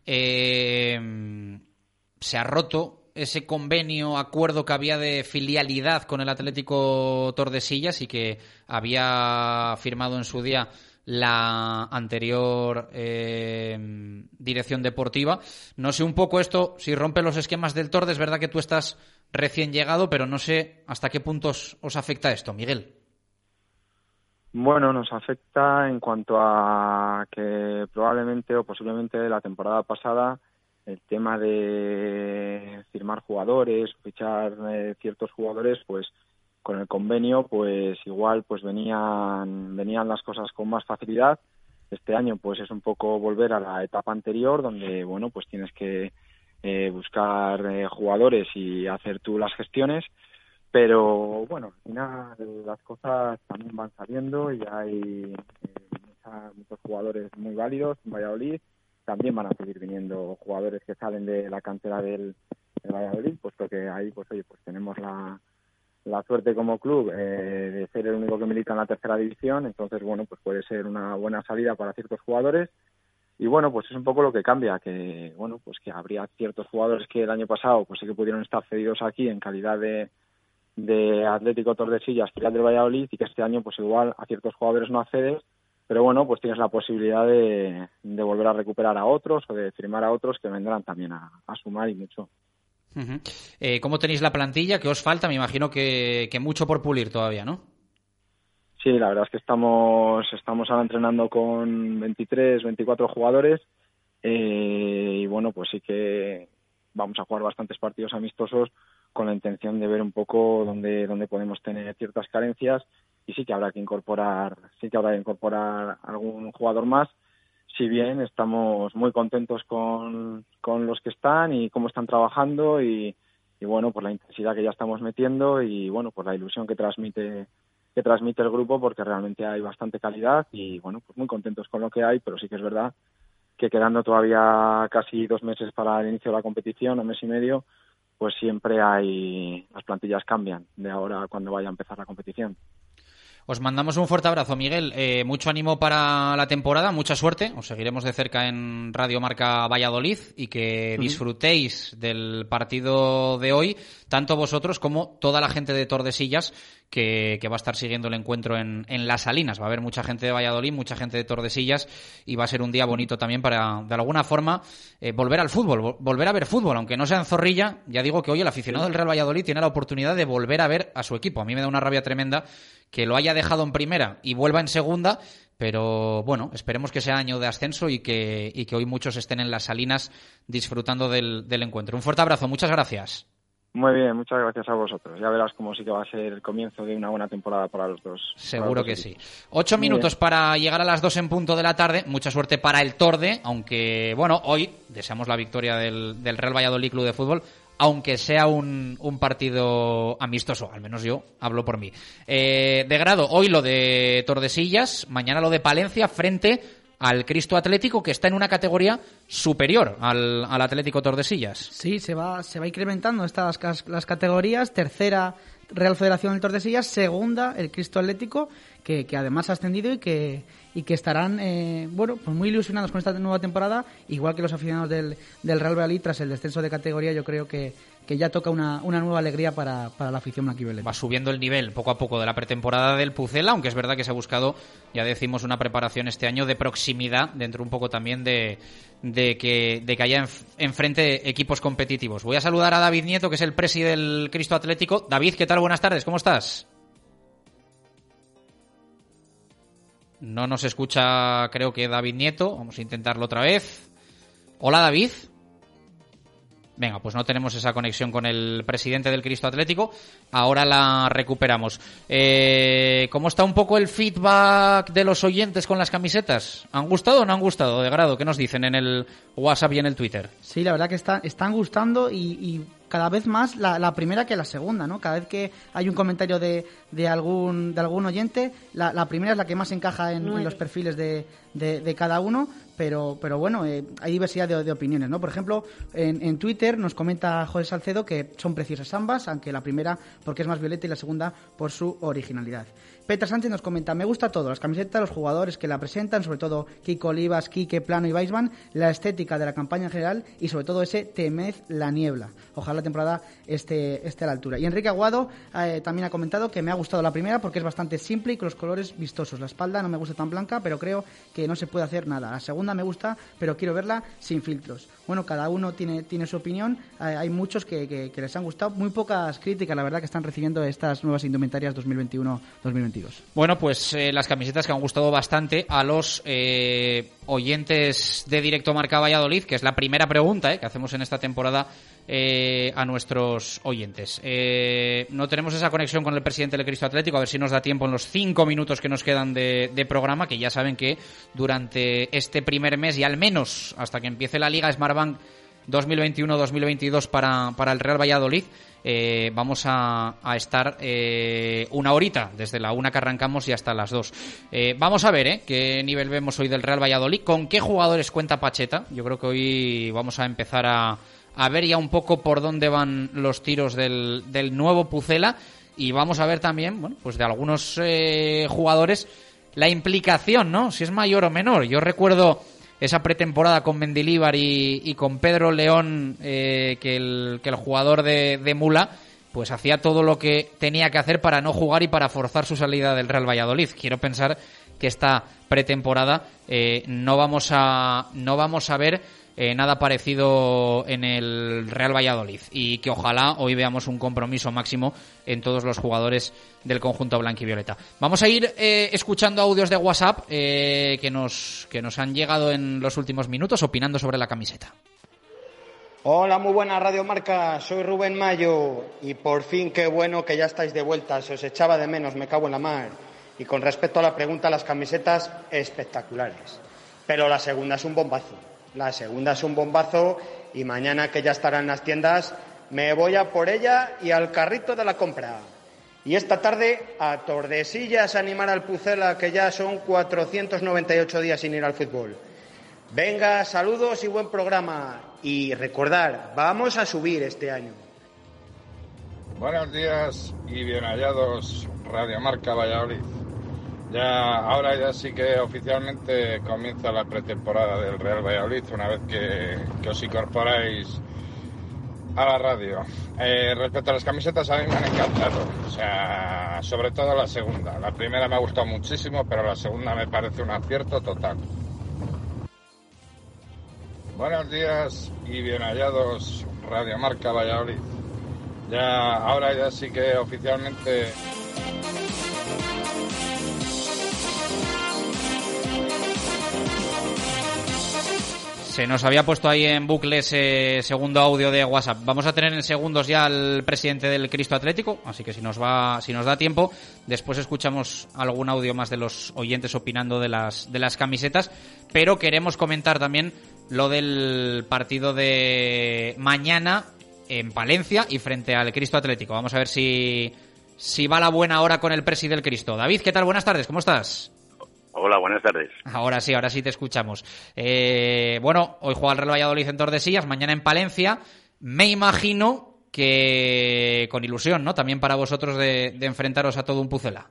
Eh, se ha roto ese convenio, acuerdo que había de filialidad con el Atlético Tordesillas y que había firmado en su día la anterior eh, dirección deportiva. No sé un poco esto, si rompe los esquemas del Torde, es verdad que tú estás recién llegado, pero no sé hasta qué puntos os afecta esto, Miguel. Bueno, nos afecta en cuanto a que probablemente o posiblemente la temporada pasada el tema de firmar jugadores, fichar eh, ciertos jugadores, pues con el convenio, pues igual pues venían venían las cosas con más facilidad. Este año pues es un poco volver a la etapa anterior, donde bueno pues tienes que eh, buscar eh, jugadores y hacer tú las gestiones. Pero bueno, al final las cosas también van saliendo y hay eh, mucha, muchos jugadores muy válidos en Valladolid. También van a seguir viniendo jugadores que salen de la cantera del, del Valladolid, puesto que ahí pues oye pues tenemos la, la suerte como club eh, de ser el único que milita en la tercera división. Entonces bueno pues puede ser una buena salida para ciertos jugadores. Y bueno, pues es un poco lo que cambia, que bueno pues que habría ciertos jugadores que el año pasado pues sí que pudieron estar cedidos aquí en calidad de de Atlético Tordesillas, filial del Valladolid, y que este año pues igual a ciertos jugadores no accedes, pero bueno, pues tienes la posibilidad de, de volver a recuperar a otros o de firmar a otros que vendrán también a, a sumar y mucho. Uh-huh. Eh, ¿Cómo tenéis la plantilla? ¿Qué os falta? Me imagino que, que mucho por pulir todavía, ¿no? Sí, la verdad es que estamos estamos ahora entrenando con veintitrés, veinticuatro jugadores eh, y bueno, pues sí que vamos a jugar bastantes partidos amistosos con la intención de ver un poco dónde dónde podemos tener ciertas carencias, y sí que habrá que incorporar sí que habrá que incorporar algún jugador más, si bien estamos muy contentos con, con los que están y cómo están trabajando y, y bueno, por la intensidad que ya estamos metiendo y bueno, por la ilusión que transmite que transmite el grupo, porque realmente hay bastante calidad y bueno, pues muy contentos con lo que hay, pero sí que es verdad que quedando todavía casi dos meses para el inicio de la competición, un mes y medio, pues siempre hay, las plantillas cambian de ahora cuando vaya a empezar la competición. Os mandamos un fuerte abrazo, Miguel. Eh, mucho ánimo para la temporada, mucha suerte. Os seguiremos de cerca en Radio Marca Valladolid y que disfrutéis del partido de hoy, tanto vosotros como toda la gente de Tordesillas que, que va a estar siguiendo el encuentro en, en Las Salinas. Va a haber mucha gente de Valladolid, mucha gente de Tordesillas y va a ser un día bonito también para, de alguna forma, eh, volver al fútbol, volver a ver fútbol, aunque no sea en Zorrilla. Ya digo que hoy el aficionado del Real Valladolid tiene la oportunidad de volver a ver a su equipo. A mí me da una rabia tremenda que lo haya dejado en primera y vuelva en segunda, pero bueno, esperemos que sea año de ascenso y que, y que hoy muchos estén en Las Salinas disfrutando del, del encuentro. Un fuerte abrazo, muchas gracias. Muy bien, muchas gracias a vosotros. Ya verás cómo sí que va a ser el comienzo de una buena temporada para los dos. Seguro los dos que equipos. sí. Ocho Muy minutos bien. para llegar a las dos en punto de la tarde. Mucha suerte para el Torde, aunque, bueno, hoy deseamos la victoria del, del Real Valladolid Club de Fútbol, aunque sea un, un partido amistoso, al menos yo hablo por mí. Eh, de grado, hoy lo de Tordesillas, mañana lo de Palencia frente al Cristo Atlético, que está en una categoría superior al, al Atlético Tordesillas. Sí, se va se va incrementando estas las, las categorías. Tercera, Real Federación del Tordesillas. Segunda, el Cristo Atlético, que, que además ha ascendido y que y que estarán eh, bueno pues muy ilusionados con esta nueva temporada, igual que los aficionados del, del Real Valladolid tras el descenso de categoría. Yo creo que, que ya toca una, una nueva alegría para, para la afición blanquivioleta. Va subiendo el nivel poco a poco de la pretemporada del Pucela, aunque es verdad que se ha buscado, ya decimos, una preparación este año de proximidad, dentro un poco también de, de que de que haya enf- enfrente equipos competitivos. Voy a saludar a David Nieto, que es el presi del Cristo Atlético. David, ¿qué tal? Buenas tardes, ¿cómo estás? No nos escucha, creo que David Nieto. Vamos a intentarlo otra vez. Hola, David. Venga, pues no tenemos esa conexión con el presidente del Cristo Atlético. Ahora la recuperamos. Eh, ¿Cómo está un poco el feedback de los oyentes con las camisetas? ¿Han gustado o no han gustado? De grado, ¿qué nos dicen en el WhatsApp y en el Twitter? Sí, la verdad que está, están gustando y, y cada vez más la, la primera que la segunda, ¿no? Cada vez que hay un comentario de, de algún de algún oyente, la, la primera es la que más encaja en, en los perfiles de, de, de cada uno, pero pero bueno, eh, hay diversidad de, de opiniones, ¿no? Por ejemplo, en, en Twitter nos comenta José Salcedo que son preciosas ambas, aunque la primera porque es más violeta y la segunda por su originalidad. Petra Sánchez nos comenta: me gusta todo, las camisetas, los jugadores que la presentan, sobre todo Kiko Olivas, Quique, Plano y Weisman, la estética de la campaña en general y sobre todo ese Temez la niebla. Ojalá temporada esté, esté a la altura. Y Enrique Aguado eh, también ha comentado que me ha gustado la primera porque es bastante simple y con los colores vistosos. La espalda no me gusta tan blanca, pero creo que no se puede hacer nada. La segunda me gusta, pero quiero verla sin filtros. Bueno, cada uno tiene, tiene su opinión. Eh, hay muchos que, que, que les han gustado. Muy pocas críticas, la verdad, que están recibiendo estas nuevas indumentarias dos mil veintiuno dos mil veintidós. Bueno, pues eh, las camisetas que han gustado bastante a los eh, oyentes de Directo Marca Valladolid, que es la primera pregunta eh, que hacemos en esta temporada eh, a nuestros oyentes. Eh, no tenemos esa conexión con el presidente del Cristo Atlético, a ver si nos da tiempo en los cinco minutos que nos quedan de, de programa, que ya saben que durante este primer mes y al menos hasta que empiece la Liga Smartbank dos mil veintiuno dos mil veintidós para, para el Real Valladolid, eh, vamos a, a estar eh, una horita, desde la una que arrancamos y hasta las dos. Eh, vamos a ver eh, qué nivel vemos hoy del Real Valladolid, con qué jugadores cuenta Pacheta. Yo creo que hoy vamos a empezar a, a ver ya un poco por dónde van los tiros del, del nuevo Pucela, y vamos a ver también, bueno, pues de algunos eh, jugadores la implicación, ¿no? Si es mayor o menor. Yo recuerdo esa pretemporada con Mendilíbar y, y con Pedro León, eh, que, el, que el jugador de, de Mula pues hacía todo lo que tenía que hacer para no jugar y para forzar su salida del Real Valladolid. Quiero pensar que esta pretemporada eh, no vamos a no vamos a ver eh, nada parecido en el Real Valladolid, y que ojalá hoy veamos un compromiso máximo en todos los jugadores del conjunto blanquivioleta. Vamos a ir eh, escuchando audios de WhatsApp eh, que nos que nos han llegado en los últimos minutos opinando sobre la camiseta. Hola, muy buena Radio Marca, soy Rubén Mayo y por fin qué bueno que ya estáis de vuelta, se os echaba de menos, me cago en la mar. Y con respecto a la pregunta, las camisetas espectaculares, pero la segunda es un bombazo, la segunda es un bombazo y mañana que ya estará en las tiendas me voy a por ella y al carrito de la compra. Y esta tarde a Tordesillas a animar al Pucela, que ya son cuatrocientos noventa y ocho días sin ir al fútbol. Venga, saludos y buen programa. Y recordar, vamos a subir este año. Buenos días y bien hallados, Radio Marca Valladolid. Ya, ahora ya sí que oficialmente comienza la pretemporada del Real Valladolid, una vez que, que os incorporáis a la radio. Eh, respecto a las camisetas, a mí me han encantado. O sea, sobre todo la segunda. La primera me ha gustado muchísimo, pero la segunda me parece un acierto total. Buenos días y bien hallados, Radio Marca Valladolid. Ya, ahora ya sí que oficialmente... Se nos había puesto ahí en bucle ese segundo audio de WhatsApp. Vamos a tener en segundos ya al presidente del Cristo Atlético, así que si nos va, si nos da tiempo, después escuchamos algún audio más de los oyentes opinando de las de las camisetas, pero queremos comentar también lo del partido de mañana en Palencia y frente al Cristo Atlético. Vamos a ver si si va la buena hora con el presi del Cristo. David, ¿qué tal? Buenas tardes, ¿cómo estás? Hola, buenas tardes. Ahora sí, ahora sí te escuchamos. Eh, bueno, hoy juega el Real Valladolid en Tordesillas, mañana en Palencia. Me imagino que con ilusión, ¿no? También para vosotros de, de enfrentaros a todo un Pucela.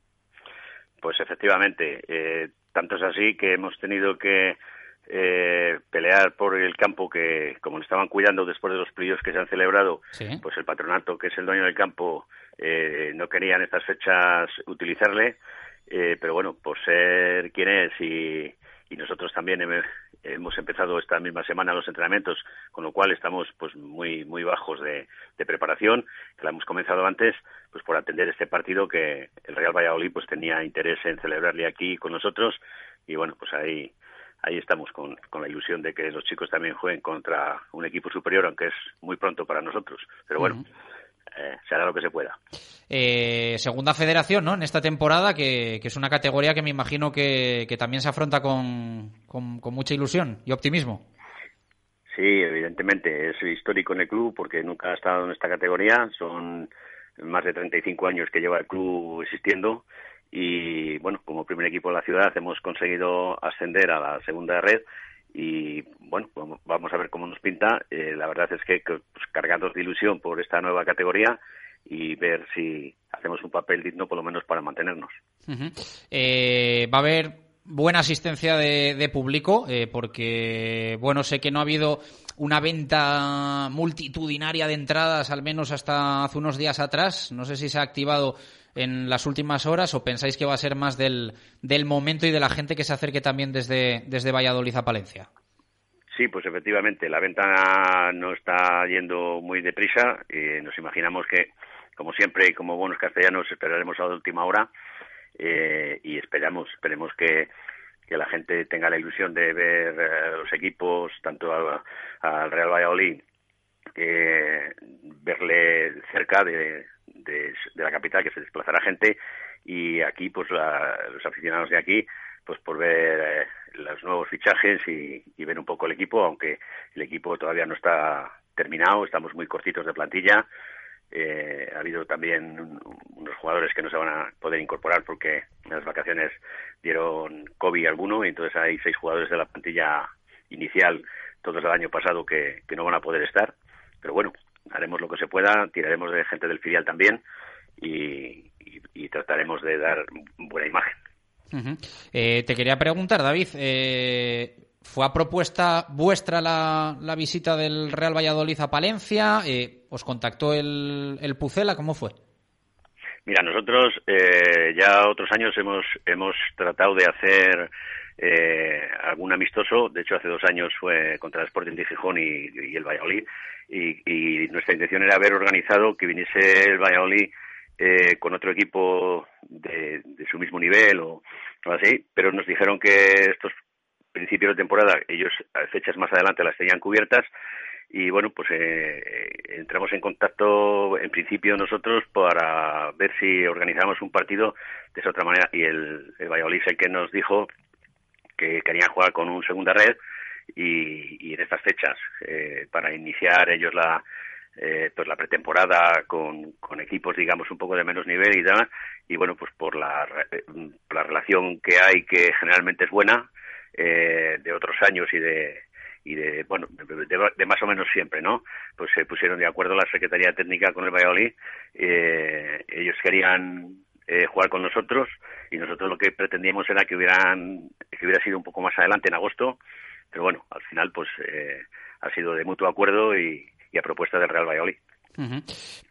Pues efectivamente, eh, tanto es así que hemos tenido que eh, pelear por el campo que, como lo estaban cuidando después de los playoffs que se han celebrado, ¿sí? Pues el patronato, que es el dueño del campo, eh, no quería en estas fechas utilizarle. Eh, pero bueno, por ser quien es y, y nosotros también hemos, hemos empezado esta misma semana los entrenamientos, con lo cual estamos pues muy muy bajos de, de preparación, que la hemos comenzado antes, pues por atender este partido que el Real Valladolid pues tenía interés en celebrarle aquí con nosotros, y bueno, pues ahí ahí estamos con, con la ilusión de que los chicos también jueguen contra un equipo superior, aunque es muy pronto para nosotros, pero bueno. Uh-huh. Eh, se hará lo que se pueda. Eh, segunda federación, ¿no? En esta temporada, que, que es una categoría que me imagino que, que también se afronta con, con, con mucha ilusión y optimismo. Sí, evidentemente, es histórico en el club porque nunca ha estado en esta categoría. Son más de treinta y cinco años que lleva el club existiendo y, bueno, como primer equipo de la ciudad hemos conseguido ascender a la segunda red. Y bueno, vamos a ver cómo nos pinta. Eh, la verdad es que pues, cargados de ilusión por esta nueva categoría y ver si hacemos un papel digno por lo menos para mantenernos. Uh-huh. Eh, va a haber buena asistencia de, de público, eh, porque, bueno, sé que no ha habido una venta multitudinaria de entradas, al menos hasta hace unos días atrás. No sé si se ha activado en las últimas horas o pensáis que va a ser más del, del momento y de la gente que se acerque también desde, desde Valladolid a Palencia. Sí, pues efectivamente, la venta no está yendo muy deprisa y nos imaginamos que, como siempre y como buenos castellanos, esperaremos a la última hora eh, y esperamos, esperemos que, que la gente tenga la ilusión de ver eh, los equipos, tanto al, al Real Valladolid, eh, verle cerca de, de, de la capital, que se desplazará gente, y aquí pues la, los aficionados de aquí pues por ver eh, los nuevos fichajes y, y ver un poco el equipo, aunque el equipo todavía no está terminado, estamos muy cortitos de plantilla. Eh, ha habido también un, unos jugadores que no se van a poder incorporar porque en las vacaciones dieron COVID alguno, y entonces hay seis jugadores de la plantilla inicial, todos del año pasado, que, que no van a poder estar. Pero bueno, haremos lo que se pueda, tiraremos de gente del filial también y, y, y trataremos de dar buena imagen. Uh-huh. Eh, te quería preguntar, David, eh, ¿fue a propuesta vuestra la, la visita del Real Valladolid a Palencia? Eh, ¿Os contactó el, el Pucela? ¿Cómo fue? Mira, nosotros eh, ya otros años hemos hemos tratado de hacer eh, algún amistoso. De hecho, hace dos años fue contra el Sporting de Gijón y, y el Valladolid, y, y nuestra intención era haber organizado que viniese el Valladolid eh, con otro equipo de, de su mismo nivel o, o así, pero nos dijeron que estos principios de temporada, ellos a fechas más adelante las tenían cubiertas. Y bueno, pues eh, entramos en contacto en principio nosotros para ver si organizamos un partido de esa otra manera, y el, el Valladolid es el que nos dijo que querían jugar con un segunda red y, y en estas fechas eh, para iniciar ellos la eh, pues la pretemporada con, con equipos digamos un poco de menos nivel y demás, y bueno, pues por la, la relación que hay, que generalmente es buena, eh, de otros años y de y de, bueno, de, de más o menos siempre, ¿no? Pues se pusieron de acuerdo la Secretaría Técnica con el Valladolid, eh, ellos querían eh, jugar con nosotros y nosotros lo que pretendíamos era que hubieran que hubiera sido un poco más adelante en agosto, pero bueno, al final pues eh, ha sido de mutuo acuerdo y, y a propuesta del Real Valladolid. Uh-huh.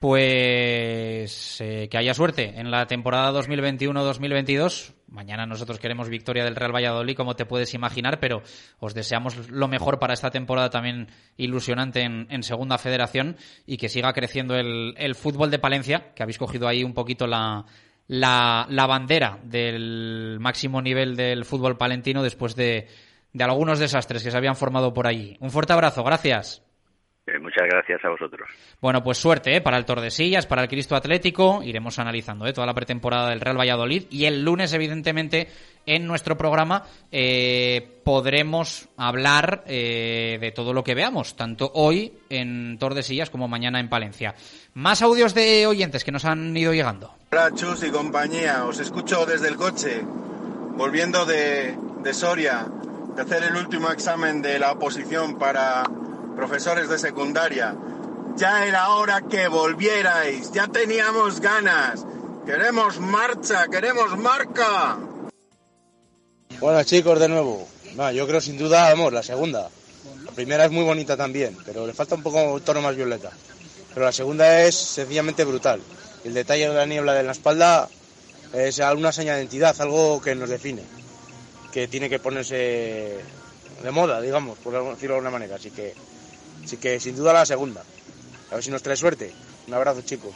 Pues eh, que haya suerte en la temporada dos mil veintiuno dos mil veintidós. Mañana nosotros queremos victoria del Real Valladolid, como te puedes imaginar, pero os deseamos lo mejor para esta temporada también ilusionante en, en Segunda Federación, y que siga creciendo el, el fútbol de Palencia, que habéis cogido ahí un poquito la, la, la bandera del máximo nivel del fútbol palentino después de, de algunos desastres que se habían formado por allí. Un fuerte abrazo, gracias. Muchas gracias a vosotros. Bueno, pues suerte ¿eh? para el Tordesillas, para el Cristo Atlético. Iremos analizando ¿eh? toda la pretemporada del Real Valladolid. Y el lunes, evidentemente, en nuestro programa eh, podremos hablar eh, de todo lo que veamos, tanto hoy en Tordesillas como mañana en Palencia. Más audios de oyentes que nos han ido llegando. Hola, Chus y compañía. Os escucho desde el coche, volviendo de, de Soria, de hacer el último examen de la oposición para profesores de secundaria. Ya era hora que volvierais, ya teníamos ganas. Queremos marcha, queremos marca. Bueno, chicos, de nuevo. No, yo creo sin duda, vamos, la segunda. La primera es muy bonita también, pero le falta un poco un tono más violeta. Pero la segunda es sencillamente brutal. El detalle de la niebla de la espalda es alguna señal de identidad, algo que nos define, que tiene que ponerse de moda, digamos, por decirlo de alguna manera. Así que Así que sin duda la segunda. A ver si nos trae suerte. Un abrazo, chicos.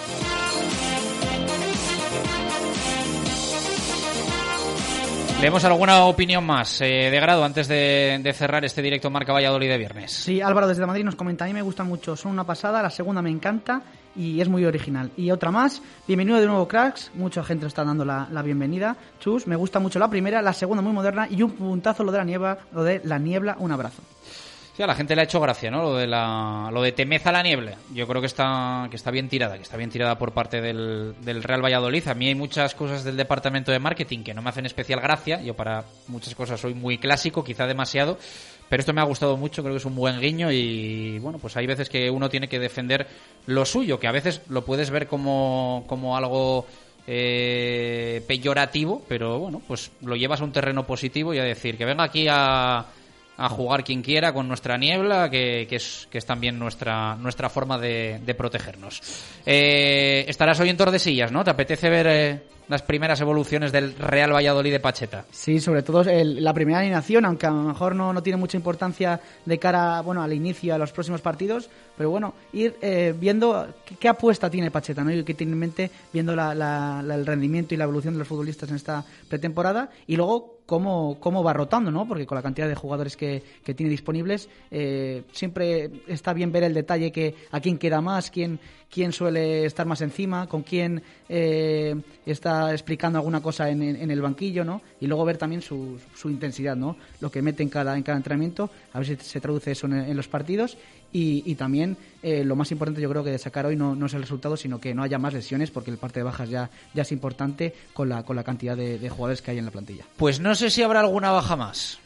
¿Leemos alguna opinión más eh, de grado antes de, de cerrar este directo Marca Valladolid de viernes? Sí, Álvaro desde Madrid nos comenta: a mí me gusta mucho, son una pasada, la segunda me encanta y es muy original. Y otra más: bienvenido de nuevo, cracks, mucha gente nos está dando la, la bienvenida. Chus, me gusta mucho la primera, la segunda muy moderna y un puntazo lo de la niebla, lo de la niebla, un abrazo. Sí, a la gente le ha hecho gracia, ¿no? Lo de la, lo de temeza la niebla. Yo creo que está, que está bien tirada, que está bien tirada por parte del, del Real Valladolid. A mí hay muchas cosas del departamento de marketing que no me hacen especial gracia. Yo para muchas cosas soy muy clásico, quizá demasiado, pero esto me ha gustado mucho, creo que es un buen guiño y bueno, pues hay veces que uno tiene que defender lo suyo, que a veces lo puedes ver como, como algo eh, peyorativo, pero bueno, pues lo llevas a un terreno positivo y a decir que venga aquí a, a jugar quien quiera con nuestra niebla, que, que, es, que es también nuestra nuestra forma de, de protegernos. Eh, estarás hoy en Tordesillas, ¿no? ¿Te apetece ver eh, las primeras evoluciones del Real Valladolid de Pacheta? Sí, sobre todo el, la primera alineación, aunque a lo mejor no, no tiene mucha importancia de cara, bueno, al inicio, a los próximos partidos, pero bueno, ir eh, viendo qué, qué apuesta tiene Pacheta, ¿no? Y qué tiene en mente, viendo la, la, la, el rendimiento y la evolución de los futbolistas en esta pretemporada, y luego cómo, cómo va rotando, ¿no? Porque con la cantidad de jugadores que, que tiene disponibles, eh, siempre está bien ver el detalle, que a quién queda más, quién, quién suele estar más encima, con quién eh, está explicando alguna cosa en, en, en el banquillo, ¿no? Y luego ver también su, su intensidad, ¿no? Lo que mete en cada, en cada entrenamiento, a ver si se traduce eso en, en los partidos. Y, y también eh, lo más importante, yo creo, que de sacar hoy no, no es el resultado, sino que no haya más lesiones, porque el parte de bajas ya, ya es importante con la, con la cantidad de, de jugadores que hay en la plantilla. Pues no sé si habrá alguna baja más.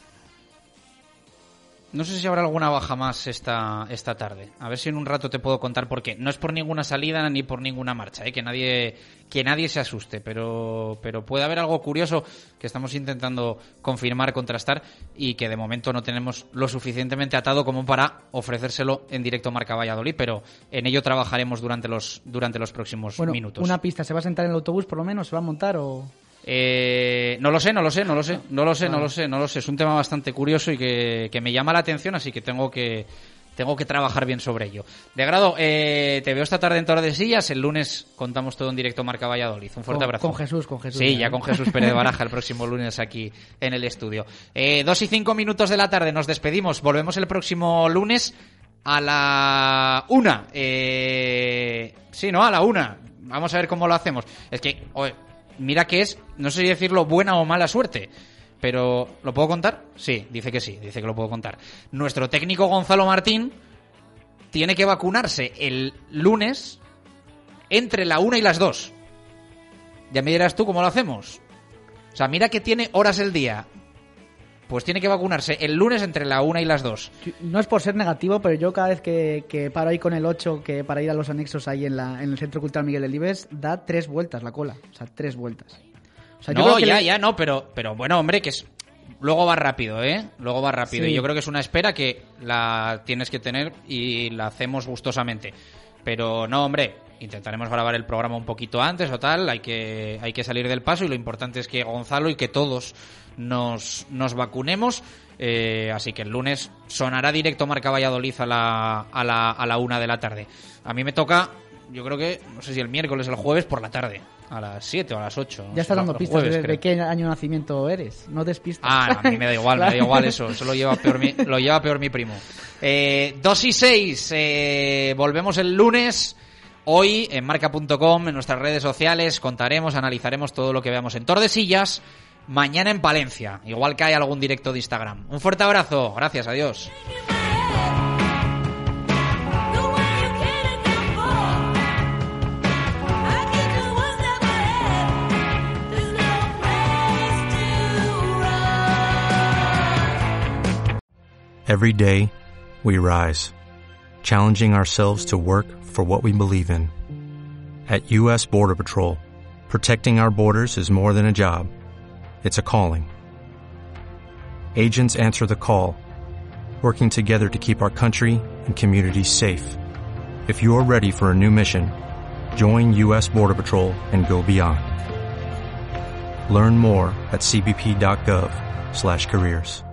No sé si habrá alguna baja más esta, esta tarde. A ver si en un rato te puedo contar por qué. No es por ninguna salida ni por ninguna marcha, ¿eh? que nadie que nadie se asuste, pero, pero puede haber algo curioso que estamos intentando confirmar, contrastar, y que de momento no tenemos lo suficientemente atado como para ofrecérselo en directo Marca Valladolid, pero en ello trabajaremos durante los, durante los próximos bueno, minutos. Una pista, ¿se va a sentar en el autobús por lo menos? ¿Se va a montar o...? Eh, no lo sé, no lo sé, no lo sé, no lo sé, no lo sé, no lo sé. Es un tema bastante curioso y que, que me llama la atención, así que tengo que tengo que trabajar bien sobre ello. De Grado, eh, te veo esta tarde en Tordesillas. El lunes contamos todo en directo Marca Valladolid. Un fuerte con, abrazo. Con Jesús, con Jesús. Sí, ya, ya con Jesús Pérez de Baraja el próximo lunes aquí en el estudio. Eh, dos y cinco minutos de la tarde, nos despedimos. Volvemos el próximo lunes a la una. Eh, sí, ¿no? A la una. Vamos a ver cómo lo hacemos. Es que... Oye, mira que es, no sé si decirlo buena o mala suerte, pero ¿lo puedo contar? Sí, dice que sí, dice que lo puedo contar. Nuestro técnico Gonzalo Martín tiene que vacunarse el lunes entre la una y las dos. Ya me dirás tú cómo lo hacemos. O sea, mira que tiene horas el día. Pues tiene que vacunarse el lunes entre la una y las dos. No es por ser negativo, pero yo cada vez que, que paro ahí con el ocho, que para ir a los anexos ahí en, la, en el Centro Cultural Miguel Delibes, da tres vueltas la cola. O sea, tres vueltas. O sea, no, yo creo que ya, le... ya, no, pero, pero bueno, hombre, que es... Luego va rápido, ¿eh? Luego va rápido. Sí. Y yo creo que es una espera que la tienes que tener y la hacemos gustosamente. Pero no, hombre, intentaremos grabar el programa un poquito antes o tal. Hay que, hay que salir del paso y lo importante es que Gonzalo y que todos nos, nos vacunemos. Eh, así que el lunes sonará directo Marca Valladolid a la, a, la, a la una de la tarde. A mí me toca, yo creo que, no sé si el miércoles o el jueves por la tarde. A las siete o a las ocho. Ya estás dando pistas jueves, de, de qué año de nacimiento eres. No despistas. Ah, no, a mí me da igual, claro. me da igual eso. Eso lo lleva peor mi, lo lleva peor mi primo. Eh, dos y seis. Eh, volvemos el lunes. Hoy en marca punto com, en nuestras redes sociales, contaremos, analizaremos todo lo que veamos en Tordesillas. Mañana en Palencia. Igual que hay algún directo de Instagram. Un fuerte abrazo. Gracias, adiós. Every day, we rise, challenging ourselves to work for what we believe in. At U S Border Patrol, protecting our borders is more than a job. It's a calling. Agents answer the call, working together to keep our country and communities safe. If you are ready for a new mission, join U S Border Patrol and go beyond. Learn more at c b p dot gov slash careers.